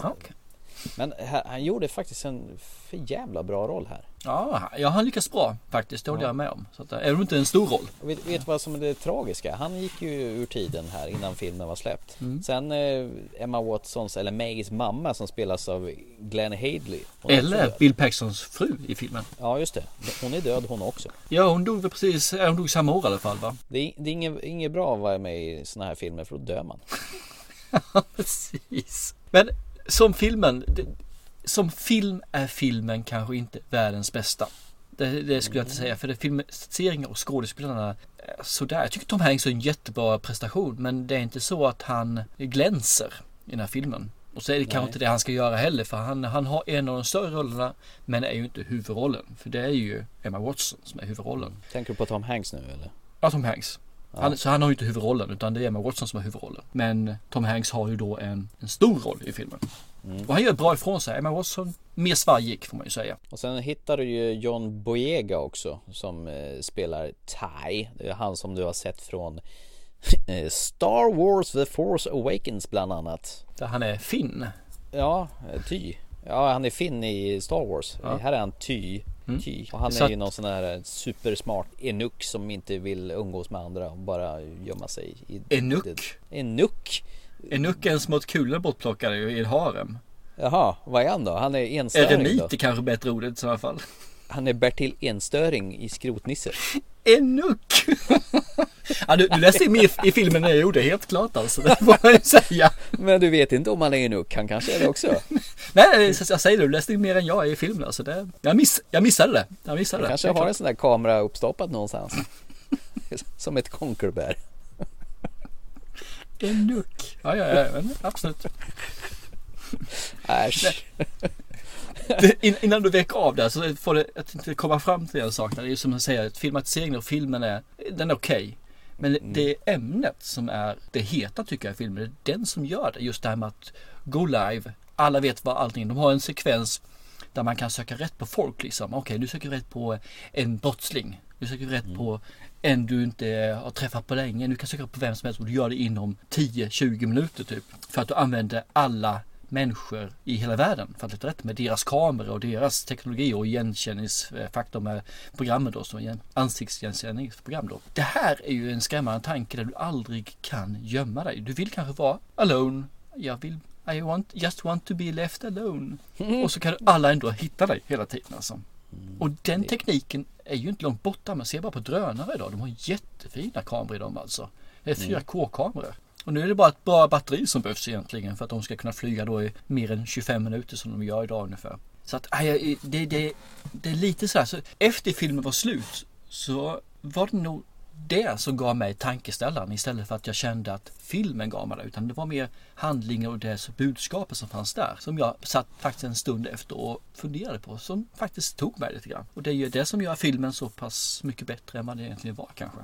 Men han gjorde faktiskt en för jävla bra roll här. Ja, han lyckas bra faktiskt, det håller jag med om. Så att, är det inte en stor roll? Vet du vad som är det tragiska? Han gick ju ur tiden här innan filmen var släppt. Sen Emma Watsons, eller Mays mamma, som spelas av Glenn Hadley. Eller Bill Paxtons fru i filmen. Ja, just det. Hon är död hon också. Ja, hon dog väl precis, hon dog samma år i alla fall, va? Det är inget bra att vara med i såna här filmer, för då dör man. Precis. Men som film är filmen kanske inte världens bästa. Det skulle jag inte säga. För det filmatiseringar och skådespelarna sådär. Jag tycker Tom Hanks har en jättebra prestation, men det är inte så att han glänser i den här filmen. Och så är det kanske inte det han ska göra heller, för han har en av de större rollerna, men är ju inte huvudrollen. För det är ju Emma Watson som är huvudrollen. Tänker du på Tom Hanks nu eller? Ja, Tom Hanks. Så han har ju inte huvudrollen, utan det är Emma Watson som har huvudrollen. Men Tom Hanks har ju då en stor roll i filmen. Och han gör bra ifrån sig. Emma Watson, mer svajig får man ju säga. Och sen hittar du ju John Boyega också, som spelar Ty. Det är han som du har sett från Star Wars The Force Awakens bland annat. Där han är Finn. Ja, Ty. Ja, han är Finn i Star Wars. Här är han Ty. Och han är ju någon sån här supersmart enuk som inte vill umgås med andra och bara gömma sig i Enuk? Enuk är en smått kulor bortplockare i ett harem. Jaha, vad är han då? Han är enstöring då? Eremit är kanske bättre ordet i alla fall. Han är Bertil Enstöring i Skrotnisser. Enuk! Ja, du läste mer i filmen än jag gjorde, helt klart alltså. Det får man ju säga. Men du vet inte om han är en uck, han kanske är det också. Nej, jag säger det, du läste mer än jag i filmen. Alltså det, jag missade det. Jag kanske har en sån där kamera uppstoppad någonstans. Som ett konkerbär. En nuck. Ja, absolut. Äsch. Innan du väcker av det så får det att inte komma fram till en sak. Det är ju som jag säger, att filmatiseringen och filmen är okej. Men det är ämnet som är det heta tycker jag i filmen. Det är den som gör det. Just det här med att go live. Alla vet vad allting. De har en sekvens där man kan söka rätt på folk liksom. Okej, nu söker vi rätt på en brottsling. Nu söker vi rätt på en du inte har träffat på länge. Du kan söka på vem som helst och du gör det inom 10-20 minuter typ. För att du använder alla människor i hela världen för att leta rätt med deras kameror och deras teknologi och igenkänningsfaktor med programmet då, som ansiktsigenkänningsprogram då. Det här är ju en skrämmande tanke där du aldrig kan gömma dig. Du vill kanske vara alone. Just want to be left alone. Och så kan alla ändå hitta dig hela tiden alltså. Och den tekniken är ju inte långt borta. Man ser bara på drönare idag. De har jättefina kameror i dem alltså. Det är 4K-kameror. Och nu är det bara ett bra batteri som behövs egentligen för att de ska kunna flyga då i mer än 25 minuter som de gör idag ungefär. Så att det är lite så här. Så efter filmen var slut så var det nog det som gav mig tankeställaren istället för att jag kände att filmen gav mig det. Utan det var mer handlingar och det budskapet som fanns där som jag satt faktiskt en stund efter och funderade på som faktiskt tog mig lite grann. Och det är ju det som gör filmen så pass mycket bättre än vad det egentligen var kanske.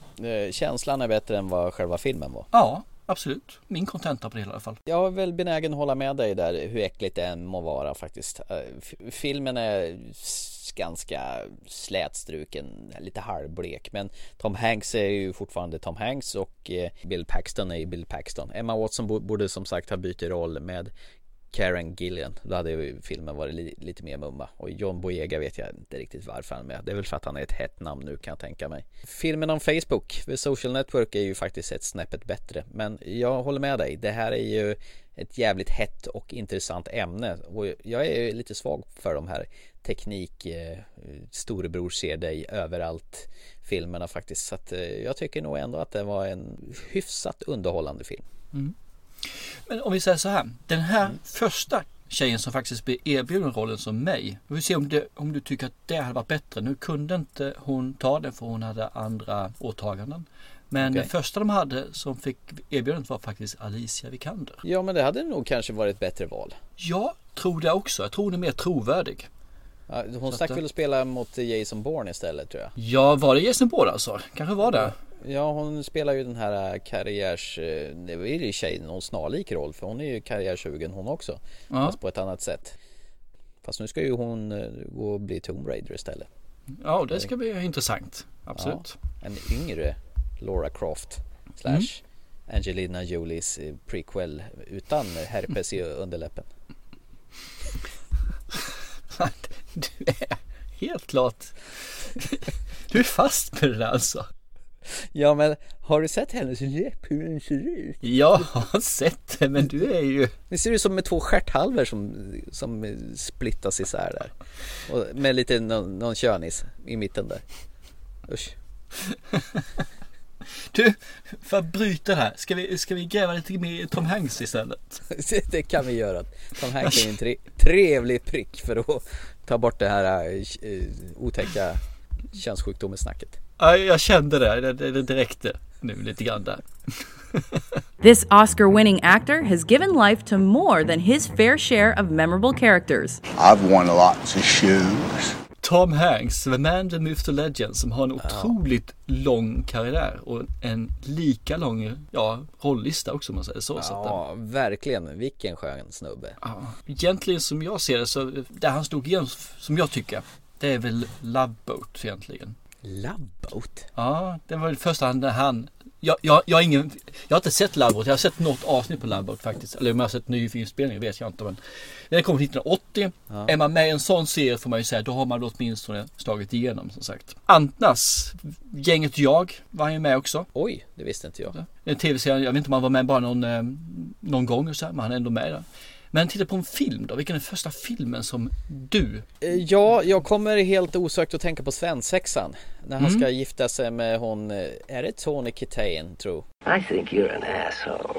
Känslan är bättre än vad själva filmen var. Ja, absolut. Min kontenta på det i alla fall. Jag är väl benägen att hålla med dig där hur äckligt det än må vara faktiskt. Filmen är ganska slätstruken, lite halvblek, men Tom Hanks är ju fortfarande Tom Hanks och Bill Paxton är ju Bill Paxton. Emma Watson borde som sagt ha bytt roll med Karen Gillan. Då hade ju filmen varit lite mer mumma. Och John Boyega vet jag inte riktigt varför han är med. Det är väl för att han är ett hett namn nu kan jag tänka mig. Filmen om Facebook, The Social Network, är ju faktiskt ett snäppet bättre. Men jag håller med dig. Det här är ju ett jävligt hett och intressant ämne. Och jag är lite svag för de här teknik storebror ser dig överallt filmerna faktiskt. Så att jag tycker nog ändå att det var en hyfsat underhållande film. Mm. Men om vi säger så här, den här första tjejen som faktiskt blev erbjuden rollen som mig, vi får se om du tycker att det hade varit bättre. Nu kunde inte hon ta det för hon hade andra åtaganden. Men den första de hade som fick erbjudandet var faktiskt Alicia Vikander. Ja, men det hade nog kanske varit ett bättre val. Jag tror det också. Jag tror hon är mer trovärdig. Ja, hon stack väl att spela mot Jason Bourne istället tror jag. Ja, var det Jason Bourne alltså? Kanske var det. Ja, hon spelar ju den här karriärs... Det är ju i sig någon snarlik roll för hon är ju karriärsugen hon också. Ja. Fast på ett annat sätt. Fast nu ska ju hon gå och bli Tomb Raider istället. Ja, det ska bli intressant. Absolut. Ja, en yngre Laura Croft / Angelina Jolies prequel utan herpes i underläppen. Du är helt klart... Du är fast med det där alltså. Ja, men har du sett hennes läpp, hur den ser ut? Jag har sett det, men du är ju... Det ser ut som med 2 stjärthalvor som splittas isär där. Och med lite någon könis i mitten där. Usch. Du, för att bryta det här, ska vi gräva lite mer i Tom Hanks istället? Det kan vi göra. Tom Hanks är en trevlig prick för att ta bort det här otäcka könssjukdomesnacket. Ja, jag kände det direkt nu lite grann där. This Oscar-winning actor has given life to more than his fair share of memorable characters. I've won lots of shoes. Tom Hanks, The Man, The Myth, The Legend, som har en otroligt lång karriär och en lika lång rolllista också om man säger så. Ja, verkligen. Vilken skön snubbe. Ja. Egentligen som jag ser det så där han stod igen som jag tycker, det är väl Love Boat egentligen. Love Boat? Ja, det var det första han jag har inte sett Love Boat. Jag har sett något avsnitt på Love Boat faktiskt. Eller om jag har sett ny filmspelning vet jag inte. Men den kom 1980. Ja. Är man med i en sån serie får man ju säga, då har man åtminstone slagit igenom som sagt. Antnas, Gänget Jag var ju med också. Oj, det visste inte jag. En tv-serie, jag vet inte om han var med bara någon gång och så här, men han är ändå med där. Men titta på en film då. Vilken är den första filmen som du? Ja, jag kommer helt osökt att tänka på svensexan. När han ska gifta sig med hon, är det Tony Kitain, tror I think you're an asshole.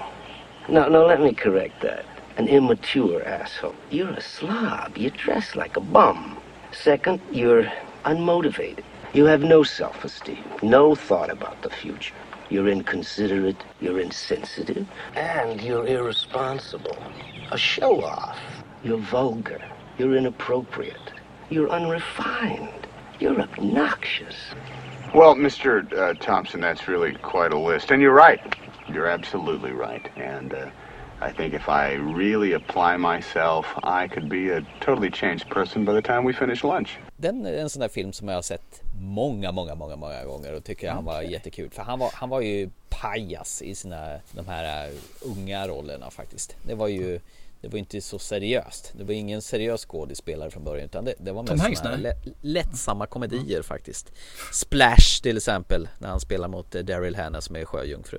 No, let me correct that. An immature asshole. You're a slob. You dress like a bum. Second, you're unmotivated. You have no self-esteem, no thought about the future. You're inconsiderate, you're insensitive, and you're irresponsible. A show-off. You're vulgar. You're inappropriate. You're unrefined. You're obnoxious. Well, Mr. Thompson, that's really quite a list. And you're right. You're absolutely right. And I think if I really apply myself, I could be a totally changed person by the time we finish lunch. Den är en sån där film som jag har sett många gånger och tycker han var jättekul. För han var ju pajas i de här unga rollerna faktiskt. Det var ju inte så seriöst. Det var ingen seriös skådespelare från början, utan det var mest lättsamma komedier faktiskt. Splash till exempel, när han spelar mot Daryl Hannah som är sjöjungfru.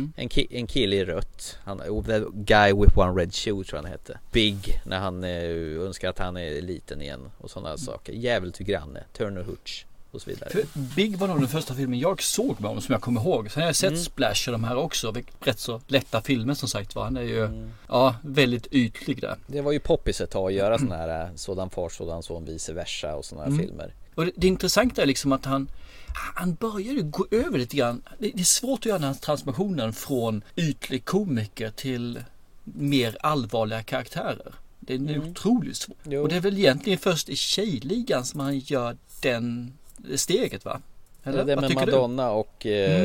En kille i rött, The Guy with One Red Shoe tror han hette. Big, när han önskar att han är liten igen och sådana saker. Jävel till granne, Turner Hutch och så vidare. För Big var nog den första filmen jag såg med honom som jag kommer ihåg. Sen har jag sett Splash och de här också. Rätt så lätta filmer som sagt var. Han är ju väldigt ytlig där. Det var ju poppis ett tag att göra sådana här sådan far, sådan son, vice versa och sådana här filmer. Och det intressanta är liksom att han började gå över lite grann. Det är svårt att göra den här transformationen från ytlig komiker till mer allvarliga karaktärer. Det är otroligt svårt. Och det är väl egentligen först i Tjejligan som han gör den steget, va? Eller det med Madonna och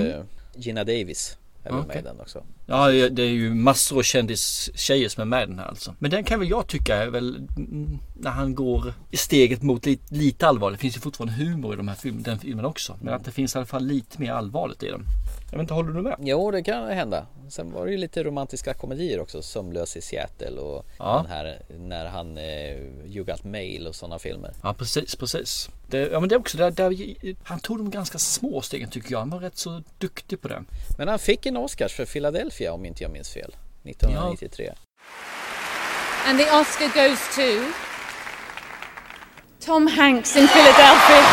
Gina Davis är väl med i den också. Ja, det är ju massor av kändistjejer som är med i den här alltså. Men den kan väl jag tycka är väl när han går i steget mot lite allvarligt. Det finns ju fortfarande humor i den filmen också. Men att det finns i alla fall lite mer allvarligt i den. Jag vet inte, håller du med? Jo, det kan hända. Sen var det ju lite romantiska komedier också. Sömnlös i Seattle och den här när han You Got Mail och sådana filmer. Ja, precis. Men det är också där han tog de ganska små stegen tycker jag. Han var rätt så duktig på det. Men han fick en Oscars för Philadelphia om inte jag minns fel. 1993. And the Oscar goes to Tom Hanks in Philadelphia.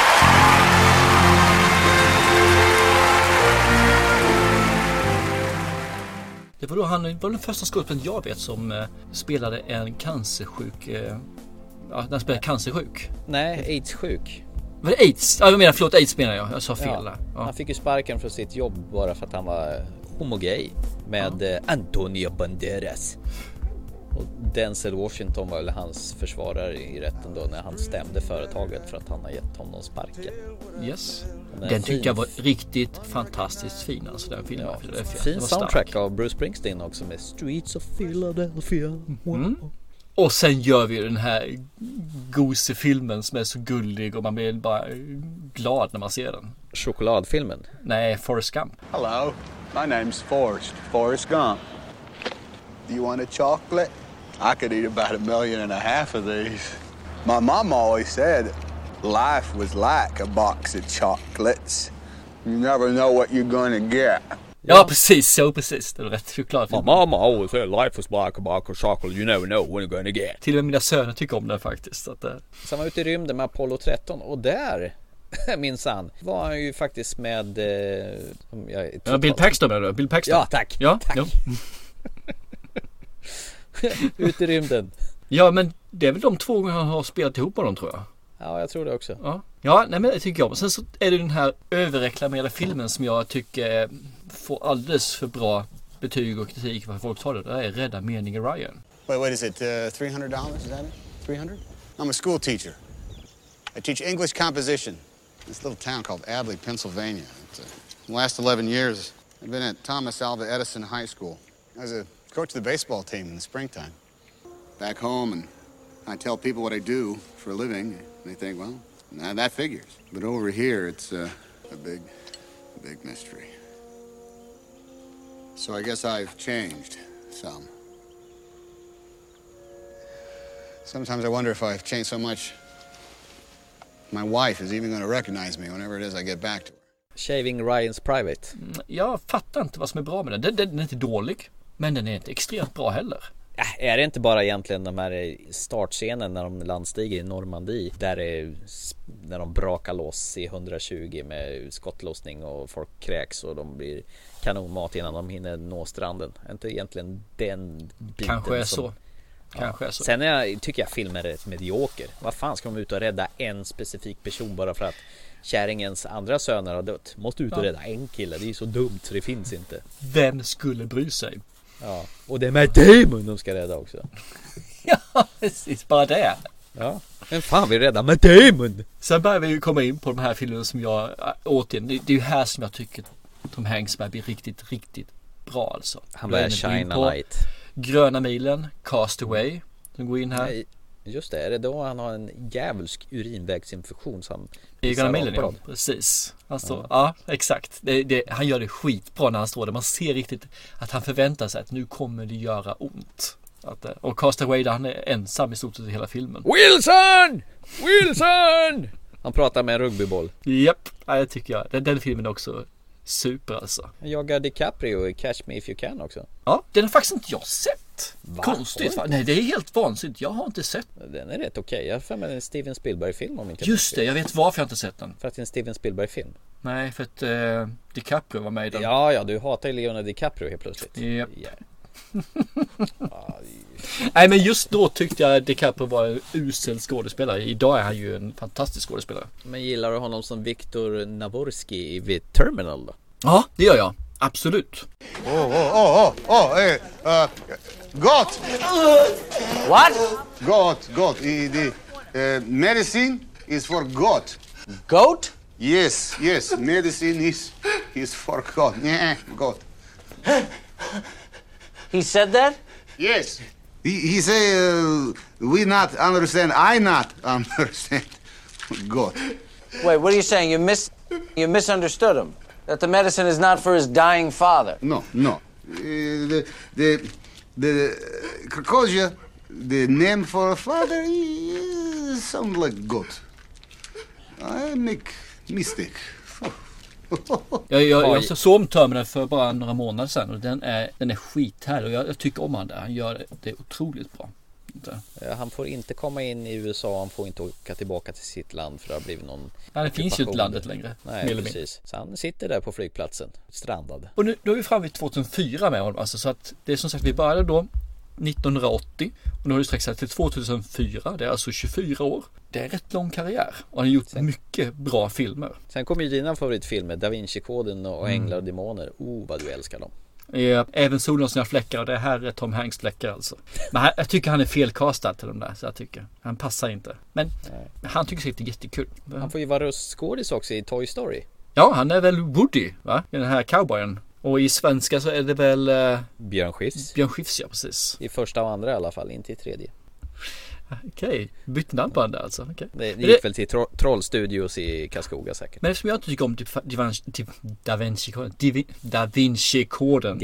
Det var då han var den första skådespelaren jag vet som spelade en cancersjuk. Han spelade cancersjuk. Nej, AIDS-sjuk. Var det AIDS? Ja, AIDS menar jag. Jag sa fel där. Ja. Han fick ju sparken från sitt jobb bara för att han var homogay med Antonio Banderas. Och Denzel Washington var väl hans försvarare i rätten då när han stämde företaget för att han har gett honom sparken. Yes. Den tycker jag var riktigt fantastiskt fin, alltså den filmen. Ja, fin soundtrack av Bruce Springsteen också med Streets of Philadelphia. Och sen gör vi den här gosefilmen som är så gullig och man blir bara glad när man ser den. Chokladfilmen? Nej, Forrest Gump. Hello, my name's Forrest Gump. Do you want a chocolate? I could eat about 1.5 million of these. My mom always said life was like a box of chocolates. You never know what you're gonna get. Ja, precis. Det är rätt choklad. My mom always said life was like a box of chocolate. You never know when you're gonna get. Till och med mina söner tycker om den faktiskt. Sen var ute i rymden med Apollo 13 och där minsann var han ju faktiskt med Bill Paxton menar du? Bill Paxton? Ja, tack. Ja, tack. Ja. Ut i rymden. Ja, men det är väl de 2 gånger han har spelat ihop med dem, tror jag. Ja, jag tror det också. Ja, nej, men det tycker jag om. Sen så är det den här överreklamerade filmen som jag tycker får alldeles för bra betyg och kritik för folk tar det. Det är Rädda meningen Ryan. What is it? $300? Is that it? 300? I'm a school teacher. I teach English composition in this little town called Abley, Pennsylvania. The last 11 years, I've been at Thomas Alva Edison High School. I was a coach of the baseball team in the springtime. Back home, and I tell people what I do for a living, and they think, well, nah, that figures. But over here, it's a big mystery. So I guess I've changed some. Sometimes I wonder if I've changed so much my wife is even going to recognize me whenever it is I get back to her. Shaving Ryan's Private. Jag fattar inte vad som är bra med den. Den är inte dålig, men den är inte extremt bra heller. Är det inte bara egentligen de här startscenen när de landstiger i Normandie, där när de brakar loss i 120 med skottlossning och folk kräks och de blir kanonmat innan de hinner nå stranden? Är inte egentligen den biten Kanske är som... så. Kanske är så. Sen tycker jag filmen är rätt medioker. Vad fan ska de ut och rädda en specifik person bara för att kärringens andra söner har dött? Måste ut och rädda en kille. Det är så dumt så det finns inte. Vem skulle bry sig? Ja, och det är Matt Damon de ska rädda också. Ja, precis, bara det. Ja, men fan vi räddar Matt Damon. Sen börjar vi ju komma in på de här filmerna som jag återigen, det är ju här som jag tycker Tom Hanks blir riktigt, riktigt bra alltså. Han börjar shina light. Gröna milen, Castaway som går in här. Nej, just det, är det då han har en jävulsk urinvägsinfektion som i Gröna milen, ja, precis. Alltså, ja exakt. Han gör det skitbra när han står där. Man ser riktigt att han förväntar sig att nu kommer det göra ont. Och Castaway där han är ensam i stort sett i hela filmen. Wilson! Han pratar med en rugbyboll. Japp, ja, det tycker jag. Den filmen är också super alltså. Han jagar DiCaprio i Catch Me If You Can också. Ja, den har faktiskt inte jag sett. Va? Konstigt. Nej, det är helt vansinnigt. Jag har inte sett. Den är rätt okej. Jag har för mig en Steven Spielberg-film om inte. Just det, jag vet varför jag inte sett den. För att det är en Steven Spielberg-film. Nej, för att DiCaprio var med i den. Ja, du hatar ju Leonardo DiCaprio helt plötsligt. Japp. Yeah. Nej, men just då tyckte jag att DiCaprio var en usel skådespelare. Idag är han ju en fantastisk skådespelare. Men gillar du honom som Viktor Navorski i The Terminal då? Ja, det gör jag. Absolut. Hey, goat. What? Goat. The medicine is for goat. Goat? Yes. Medicine is for goat. Yeah, goat. He said that? Yes. He say we not understand. I not understand. Goat. Wait, what are you saying? You misunderstood him. That the medicine is not for his dying father. No. The Krakosia, the name for a father, sound like goat. I make mistake. Jag såg om Terminal för bara några månader sedan och den är skithärlig och jag tycker om han där. Han gör det otroligt bra. Han får inte komma in i USA, han får inte åka tillbaka till sitt land för det har blivit någon. Det finns ju inte landet längre. Nej, precis. Så han sitter där på flygplatsen, strandad. Och nu är vi framme vid 2004 med honom. Alltså, så att det är som sagt, vi började då 1980 och nu har det sträckt sig till 2004. Det är alltså 24 år. Det är en rätt lång karriär och han har gjort mycket bra filmer. Sen kommer ju dina favoritfilmer, Da Vinci-koden och Änglar och Demoner. Vad du älskar dem. Även Solen och sina fläckar, och det här är Tom Hanks fläckar alltså. Men jag tycker han är felkastad till de där, så jag tycker han passar inte. Men han tycker säkert det är jättekul. Han får ju vara röstskådis också i Toy Story. Ja, han är väl Woody, va? Den här cowboyen. Och i svenska så är det väl Björn Skifs. Björn Skifs, ja, precis. I första och andra i alla fall, inte i tredje. Okej, bytte namn på den där alltså. Okay. Det gick väl till Trollstudios i Karlskoga säkert. Men som jag inte tycker om Da Vinci-koden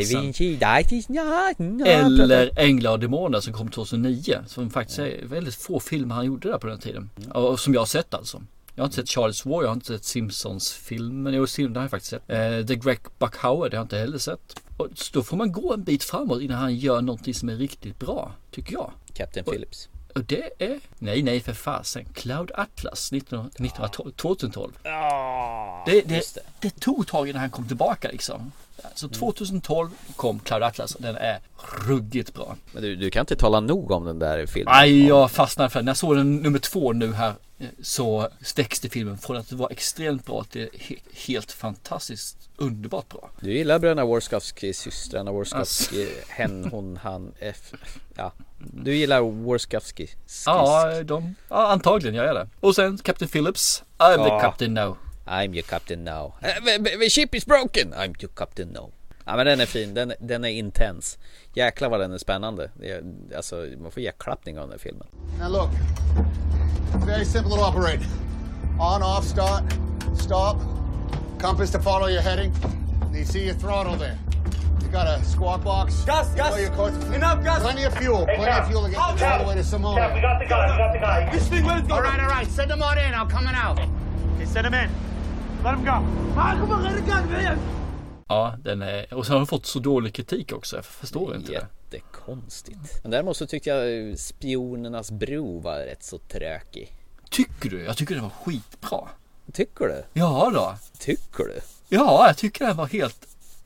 eller Änglar och Demoner som kom 2009, som faktiskt är väldigt få filmer han gjorde där på den tiden. Och som jag har sett alltså. Jag har inte sett Charles War, jag har inte sett Simpsons-filmen. Jo, det har jag faktiskt sett. The Greg Buck Howard, det har jag inte heller sett. Och då får man gå en bit framåt innan han gör någonting som är riktigt bra, tycker jag. Captain Phillips. Och det är... Nej, för fasen. Cloud Atlas 2012. Det tog ett tag innan han kom tillbaka liksom. Så 2012 kom Cloud Atlas och den är ruggigt bra. Men du kan inte tala nog om den där filmen. Nej, jag fastnade för den. När jag såg den nummer 2 nu här så växte filmen från att det var extremt bra till helt fantastiskt underbart bra. Du gillar bröderna Warskawski, systrarna Warskawski, hon, han, ja. Du gillar Warskawski. Ja, antagligen gör jag det. Och sen Captain Phillips, I'm the captain now. I'm your captain now. The ship is broken. I'm your captain now. Ja, men den är fin, den är intens. Jäklar vad den är spännande. Alltså, man får ge klappning av den här filmen. Now look, very simple to operate. On, off, start, stop. Compass to follow your heading. You see your throttle there. You got a squawk box. Gus! Enough, Gus! Plenty of fuel to get all the way to Simone. We got the guy. This thing, let it go. All right. Send them on in. I'm coming out. Okay, send them in. Let them go. Come on, let it go, man. Ja, den är... Och så har den fått så dålig kritik också. Jag förstår inte det. jättekonstigt. Men däremot så tyckte jag Spionernas bro var rätt så trökig. Tycker du? Jag tycker det var skitbra. Tycker du? Ja då. Tycker du? Ja, jag tycker den var helt...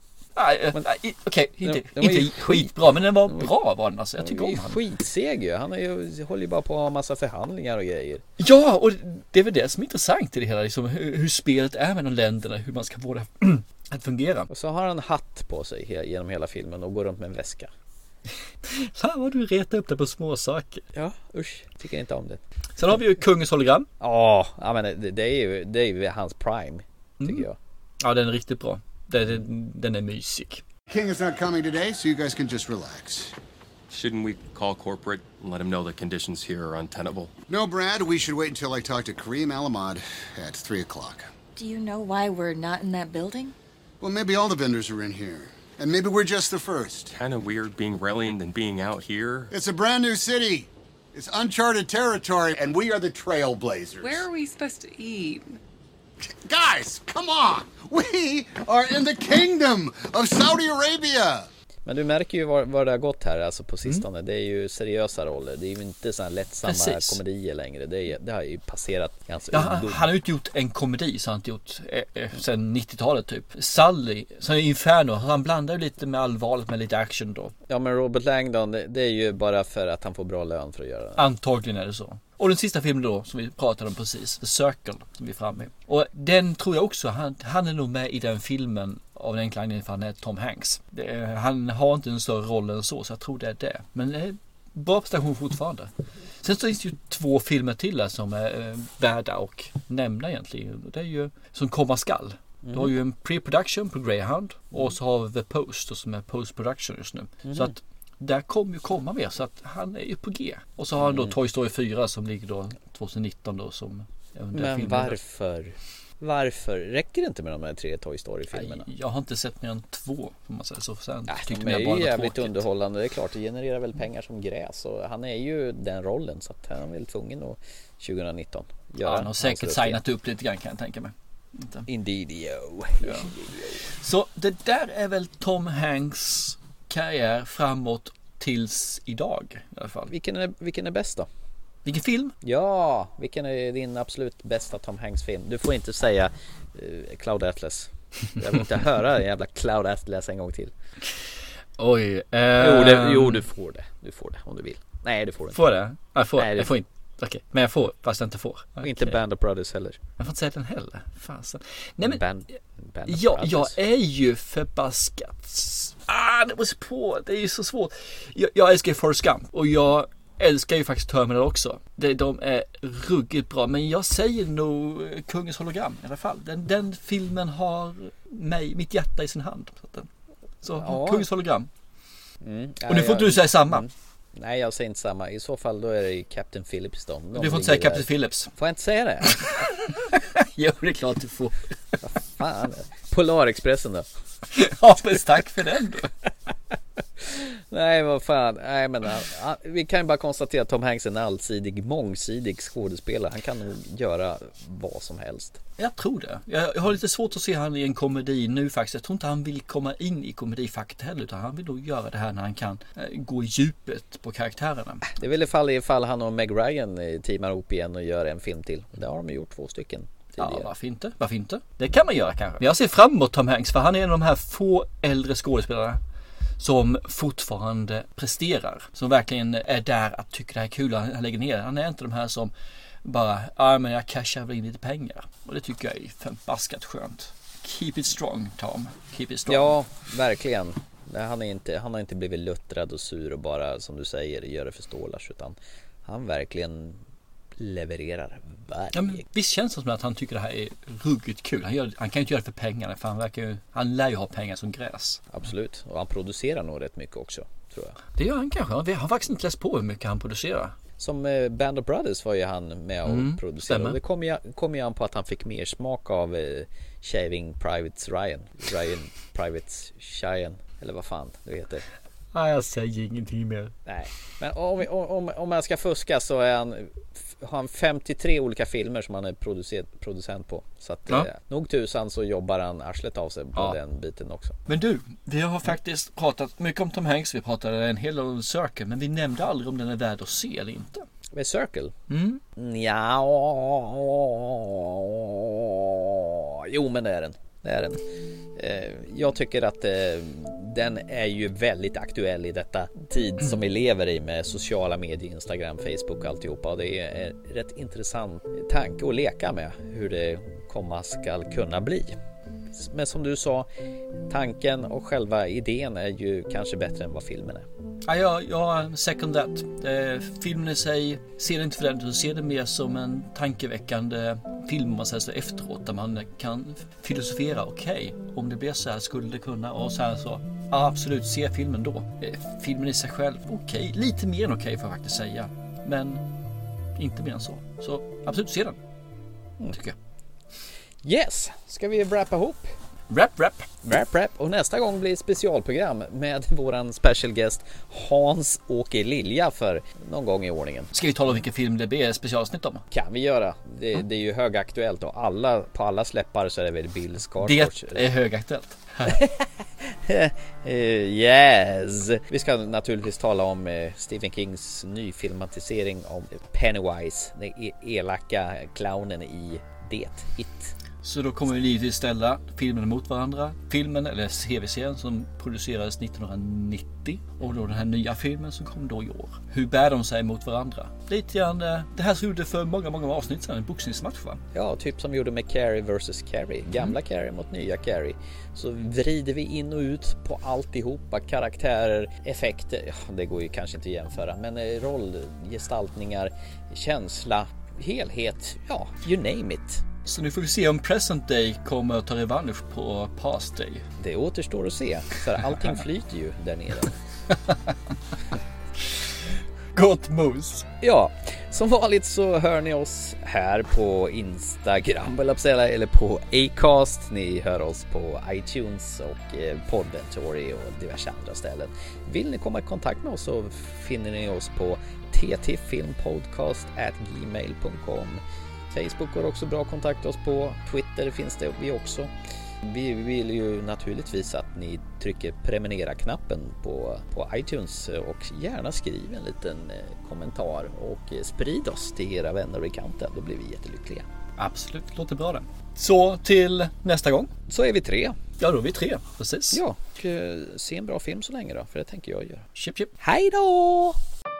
Okej, inte skitbra, men den var bra var den alltså. Jag tycker om han. Skitseg ju. Han håller ju bara på att ha massa förhandlingar och grejer. Ja, och det är väl det som är intressant i det hela. Liksom, hur spelet är mellan länderna, hur man ska få det att fungera. Och så har han en hatt på sig genom hela filmen och går runt med en väska. Fan vad du retar upp det på små saker. Ja, usch. Tycker inte om det. Sen har vi ju Kungens hologram. Ja, men det är ju hans prime, tycker jag. Ja, den är riktigt bra. Den är mysig. King is not coming today, so you guys can just relax. Shouldn't we call corporate and let him know the conditions here are untenable? No, Brad, we should wait until I talk to Kareem Alamad at 3 o'clock. Do you know why we're not in that building? Well, maybe all the vendors are in here. And maybe we're just the first. Kind of weird being Reliant and being out here. It's a brand new city. It's uncharted territory, and we are the trailblazers. Where are we supposed to eat? Guys, come on! We are in the kingdom of Saudi Arabia! Men du märker ju var det har gått här alltså på sistone. Det är ju seriösa roller. Det är ju inte sådana lättsamma komedier längre. Det har ju passerat ganska han har ju inte gjort en komedi så han har inte gjort sen 90-talet typ. Sully, som är Inferno, han blandar ju lite med allvarligt med lite action då. Ja, men Robert Langdon, det är ju bara för att han får bra lön för att göra det. Antagligen är det så. Och den sista filmen då, som vi pratade om precis, The Circle, som vi är framme. Och den tror jag också, han är nog med i den filmen av den enkla anledningen för han är Tom Hanks. Han har inte en större roll än så jag tror det är det. Men bra prestation fortfarande. Sen så finns det ju 2 filmer till här som är värda och nämna egentligen. Det är ju som komma skall. Du har ju en pre-production på Greyhound och så har vi The Post som är post-production just nu. Så att där kommer ju komma mer så att han är ju på G. Och så har han då Toy Story 4 som ligger då 2019 då som... Men varför? Räcker det inte med de här 3 Toy Story-filmerna? Jag har inte sett mer än 2 får man säga så. Sen de är ju jävligt underhållande. Det är klart, det genererar väl pengar som gräs. Och han är ju den rollen så att han är väl tvungen att 2019 göra. Han har säkert signat upp lite grann kan jag tänka mig. Indeed, yo. Ja. Så det där är väl Tom Hanks karriär framåt tills idag i alla fall. Vilken är bäst då? Vilken film? Ja, vilken är din absolut bästa Tom Hanks film? Du får inte säga Cloud Atlas. Jag vill inte höra den jävla Cloud Atlas en gång till. Oj. Jo, du får det. Du får det om du vill. Nej, du får inte. Får det? Jag får inte. Okej, men jag får, fast jag inte får. Okay. Inte Band of Brothers heller. Jag får inte säga den heller. Fasen. Nej men, Band jag är ju förbaskat. Det var så på. Det är ju så svårt. Jag älskar Forrest Gump och jag älskar ju faktiskt Terminal också. De är ruggigt bra. Men jag säger nog Kungens hologram i alla fall. Den filmen har mitt hjärta i sin hand. Så Kungens hologram. Och nu får du säga samma. Nej, jag säger inte samma. I så fall då är det Captain Phillips då. Du får inte säga Captain Phillips. Får jag inte säga det? Jo, det är klart du får. Vad fan. Polarexpressen då. Ja, men tack för den då. Nej, vad fan. Nej, men vi kan ju bara konstatera att Tom Hanks är en allsidig, mångsidig skådespelare. Han kan nog göra vad som helst. Jag tror det. Jag har lite svårt att se han i en komedi nu faktiskt. Jag tror inte han vill komma in i komedifacket heller, utan han vill nog göra det här när han kan gå i djupet på karaktärerna. Det är väl ifall han och Meg Ryan teamar ihop igen och gör en film till. Det har de gjort 2 stycken. Tidigare. Ja, varför inte? Det kan man göra kanske. Men jag ser fram emot Tom Hanks för han är en av de här få äldre skådespelarna som fortfarande presterar. Som verkligen är där att tycka det här är kul. Han lägger ner. Han är inte de här som bara, men jag cashar väl in lite pengar. Och det tycker jag är förbaskat skönt. Keep it strong, Tom. Keep it strong. Ja, verkligen. Han har inte blivit luttrad och sur och bara, som du säger, gör det för stålars, utan han verkligen levererar varje. Visst känns det som att han tycker det här är ruggigt kul. Han kan ju inte göra det för pengarna, för han lär ju ha pengar som gräs. Absolut, och han producerar nog rätt mycket också, tror jag. Det gör han kanske. Jag har faktiskt inte läst på hur mycket han producerar. Som Band of Brothers var ju han med och producerade. Och det kom ju an på att han fick mer smak av Shaving Privates Ryan Privates Cheyenne, eller vad fan det heter. Nej, jag säger ingenting mer. Nej, men om man ska fuska så är har han 53 olika filmer som han är producent på. Så att nog tusan så jobbar han arslet av sig på den biten också. Men du, vi har faktiskt pratat mycket om Tom Hanks. Vi pratade en hel del om Circle, men vi nämnde aldrig om den är värd att se eller inte. Med Circle? Ja. Jo, men det är den. Jag tycker att den är ju väldigt aktuell i detta tid som vi lever i med sociala medier, Instagram, Facebook och alltihopa. Och det är rätt intressant tanke att leka med hur det komma ska kunna bli. Men som du sa, tanken och själva idén är ju kanske bättre än vad filmen är. Ja, jag second that. Filmen i sig ser det inte för den, du ser det mer som en tankeväckande film man säger så efteråt, där man kan filosofera. Okej, om det blir så här skulle det kunna, och så här så. Ja, absolut, se filmen då. Filmen i sig själv, okej, lite mer än okej får jag faktiskt säga. Men inte mer än så. Så absolut, se den. Tycker jag. Yes, ska vi wrappa ihop? Wrap. Och nästa gång blir ett specialprogram med våran special guest Hans-Åke Lilja för någon gång i ordningen. Ska vi tala om vilken film det blir specialavsnitt om? Kan vi göra. Det är ju högaktuellt och på alla släppar så är det väl Bill Skarsgård. Det är högaktuellt. Yes. Vi ska naturligtvis tala om Stephen Kings nyfilmatisering om Pennywise, den elaka clownen i It. Så då kommer vi givetvis ställa filmen mot varandra. Filmen eller tv-serien som producerades 1990 och då den här nya filmen som kom då i år. Hur bär de sig mot varandra? Lite grann det här som gjorde för många avsnitt sedan, en boxningsmatch va? Ja, typ som vi gjorde med Carrie vs. Carrie. Gamla Carrie mot nya Carrie. Så vrider vi in och ut på alltihopa. Karaktärer, effekter, det går ju kanske inte att jämföra. Men rollgestaltningar, känsla, helhet, ja, you name it. Så nu får vi se om Present Day kommer att ta revansch på Past Day. Det återstår att se, för allting flyter ju där nere. Gott mos. Ja, som vanligt så hör ni oss här på Instagram eller på Acast. Ni hör oss på iTunes och Podventory och diverse andra ställen. Vill ni komma i kontakt med oss så finner ni oss på ttfilmpodcast@gmail.com. Facebook har också bra kontakt oss på. Twitter finns det vi också. Vi vill ju naturligtvis att ni trycker prenumerera-knappen på iTunes och gärna skriv en liten kommentar och sprid oss till era vänner och bekanta. Då blir vi jättelyckliga. Absolut, låter bra det. Så till nästa gång. Så är vi 3. Ja, då är vi 3, precis. Ja, och se en bra film så länge då, för det tänker jag göra. Chip. Hej då!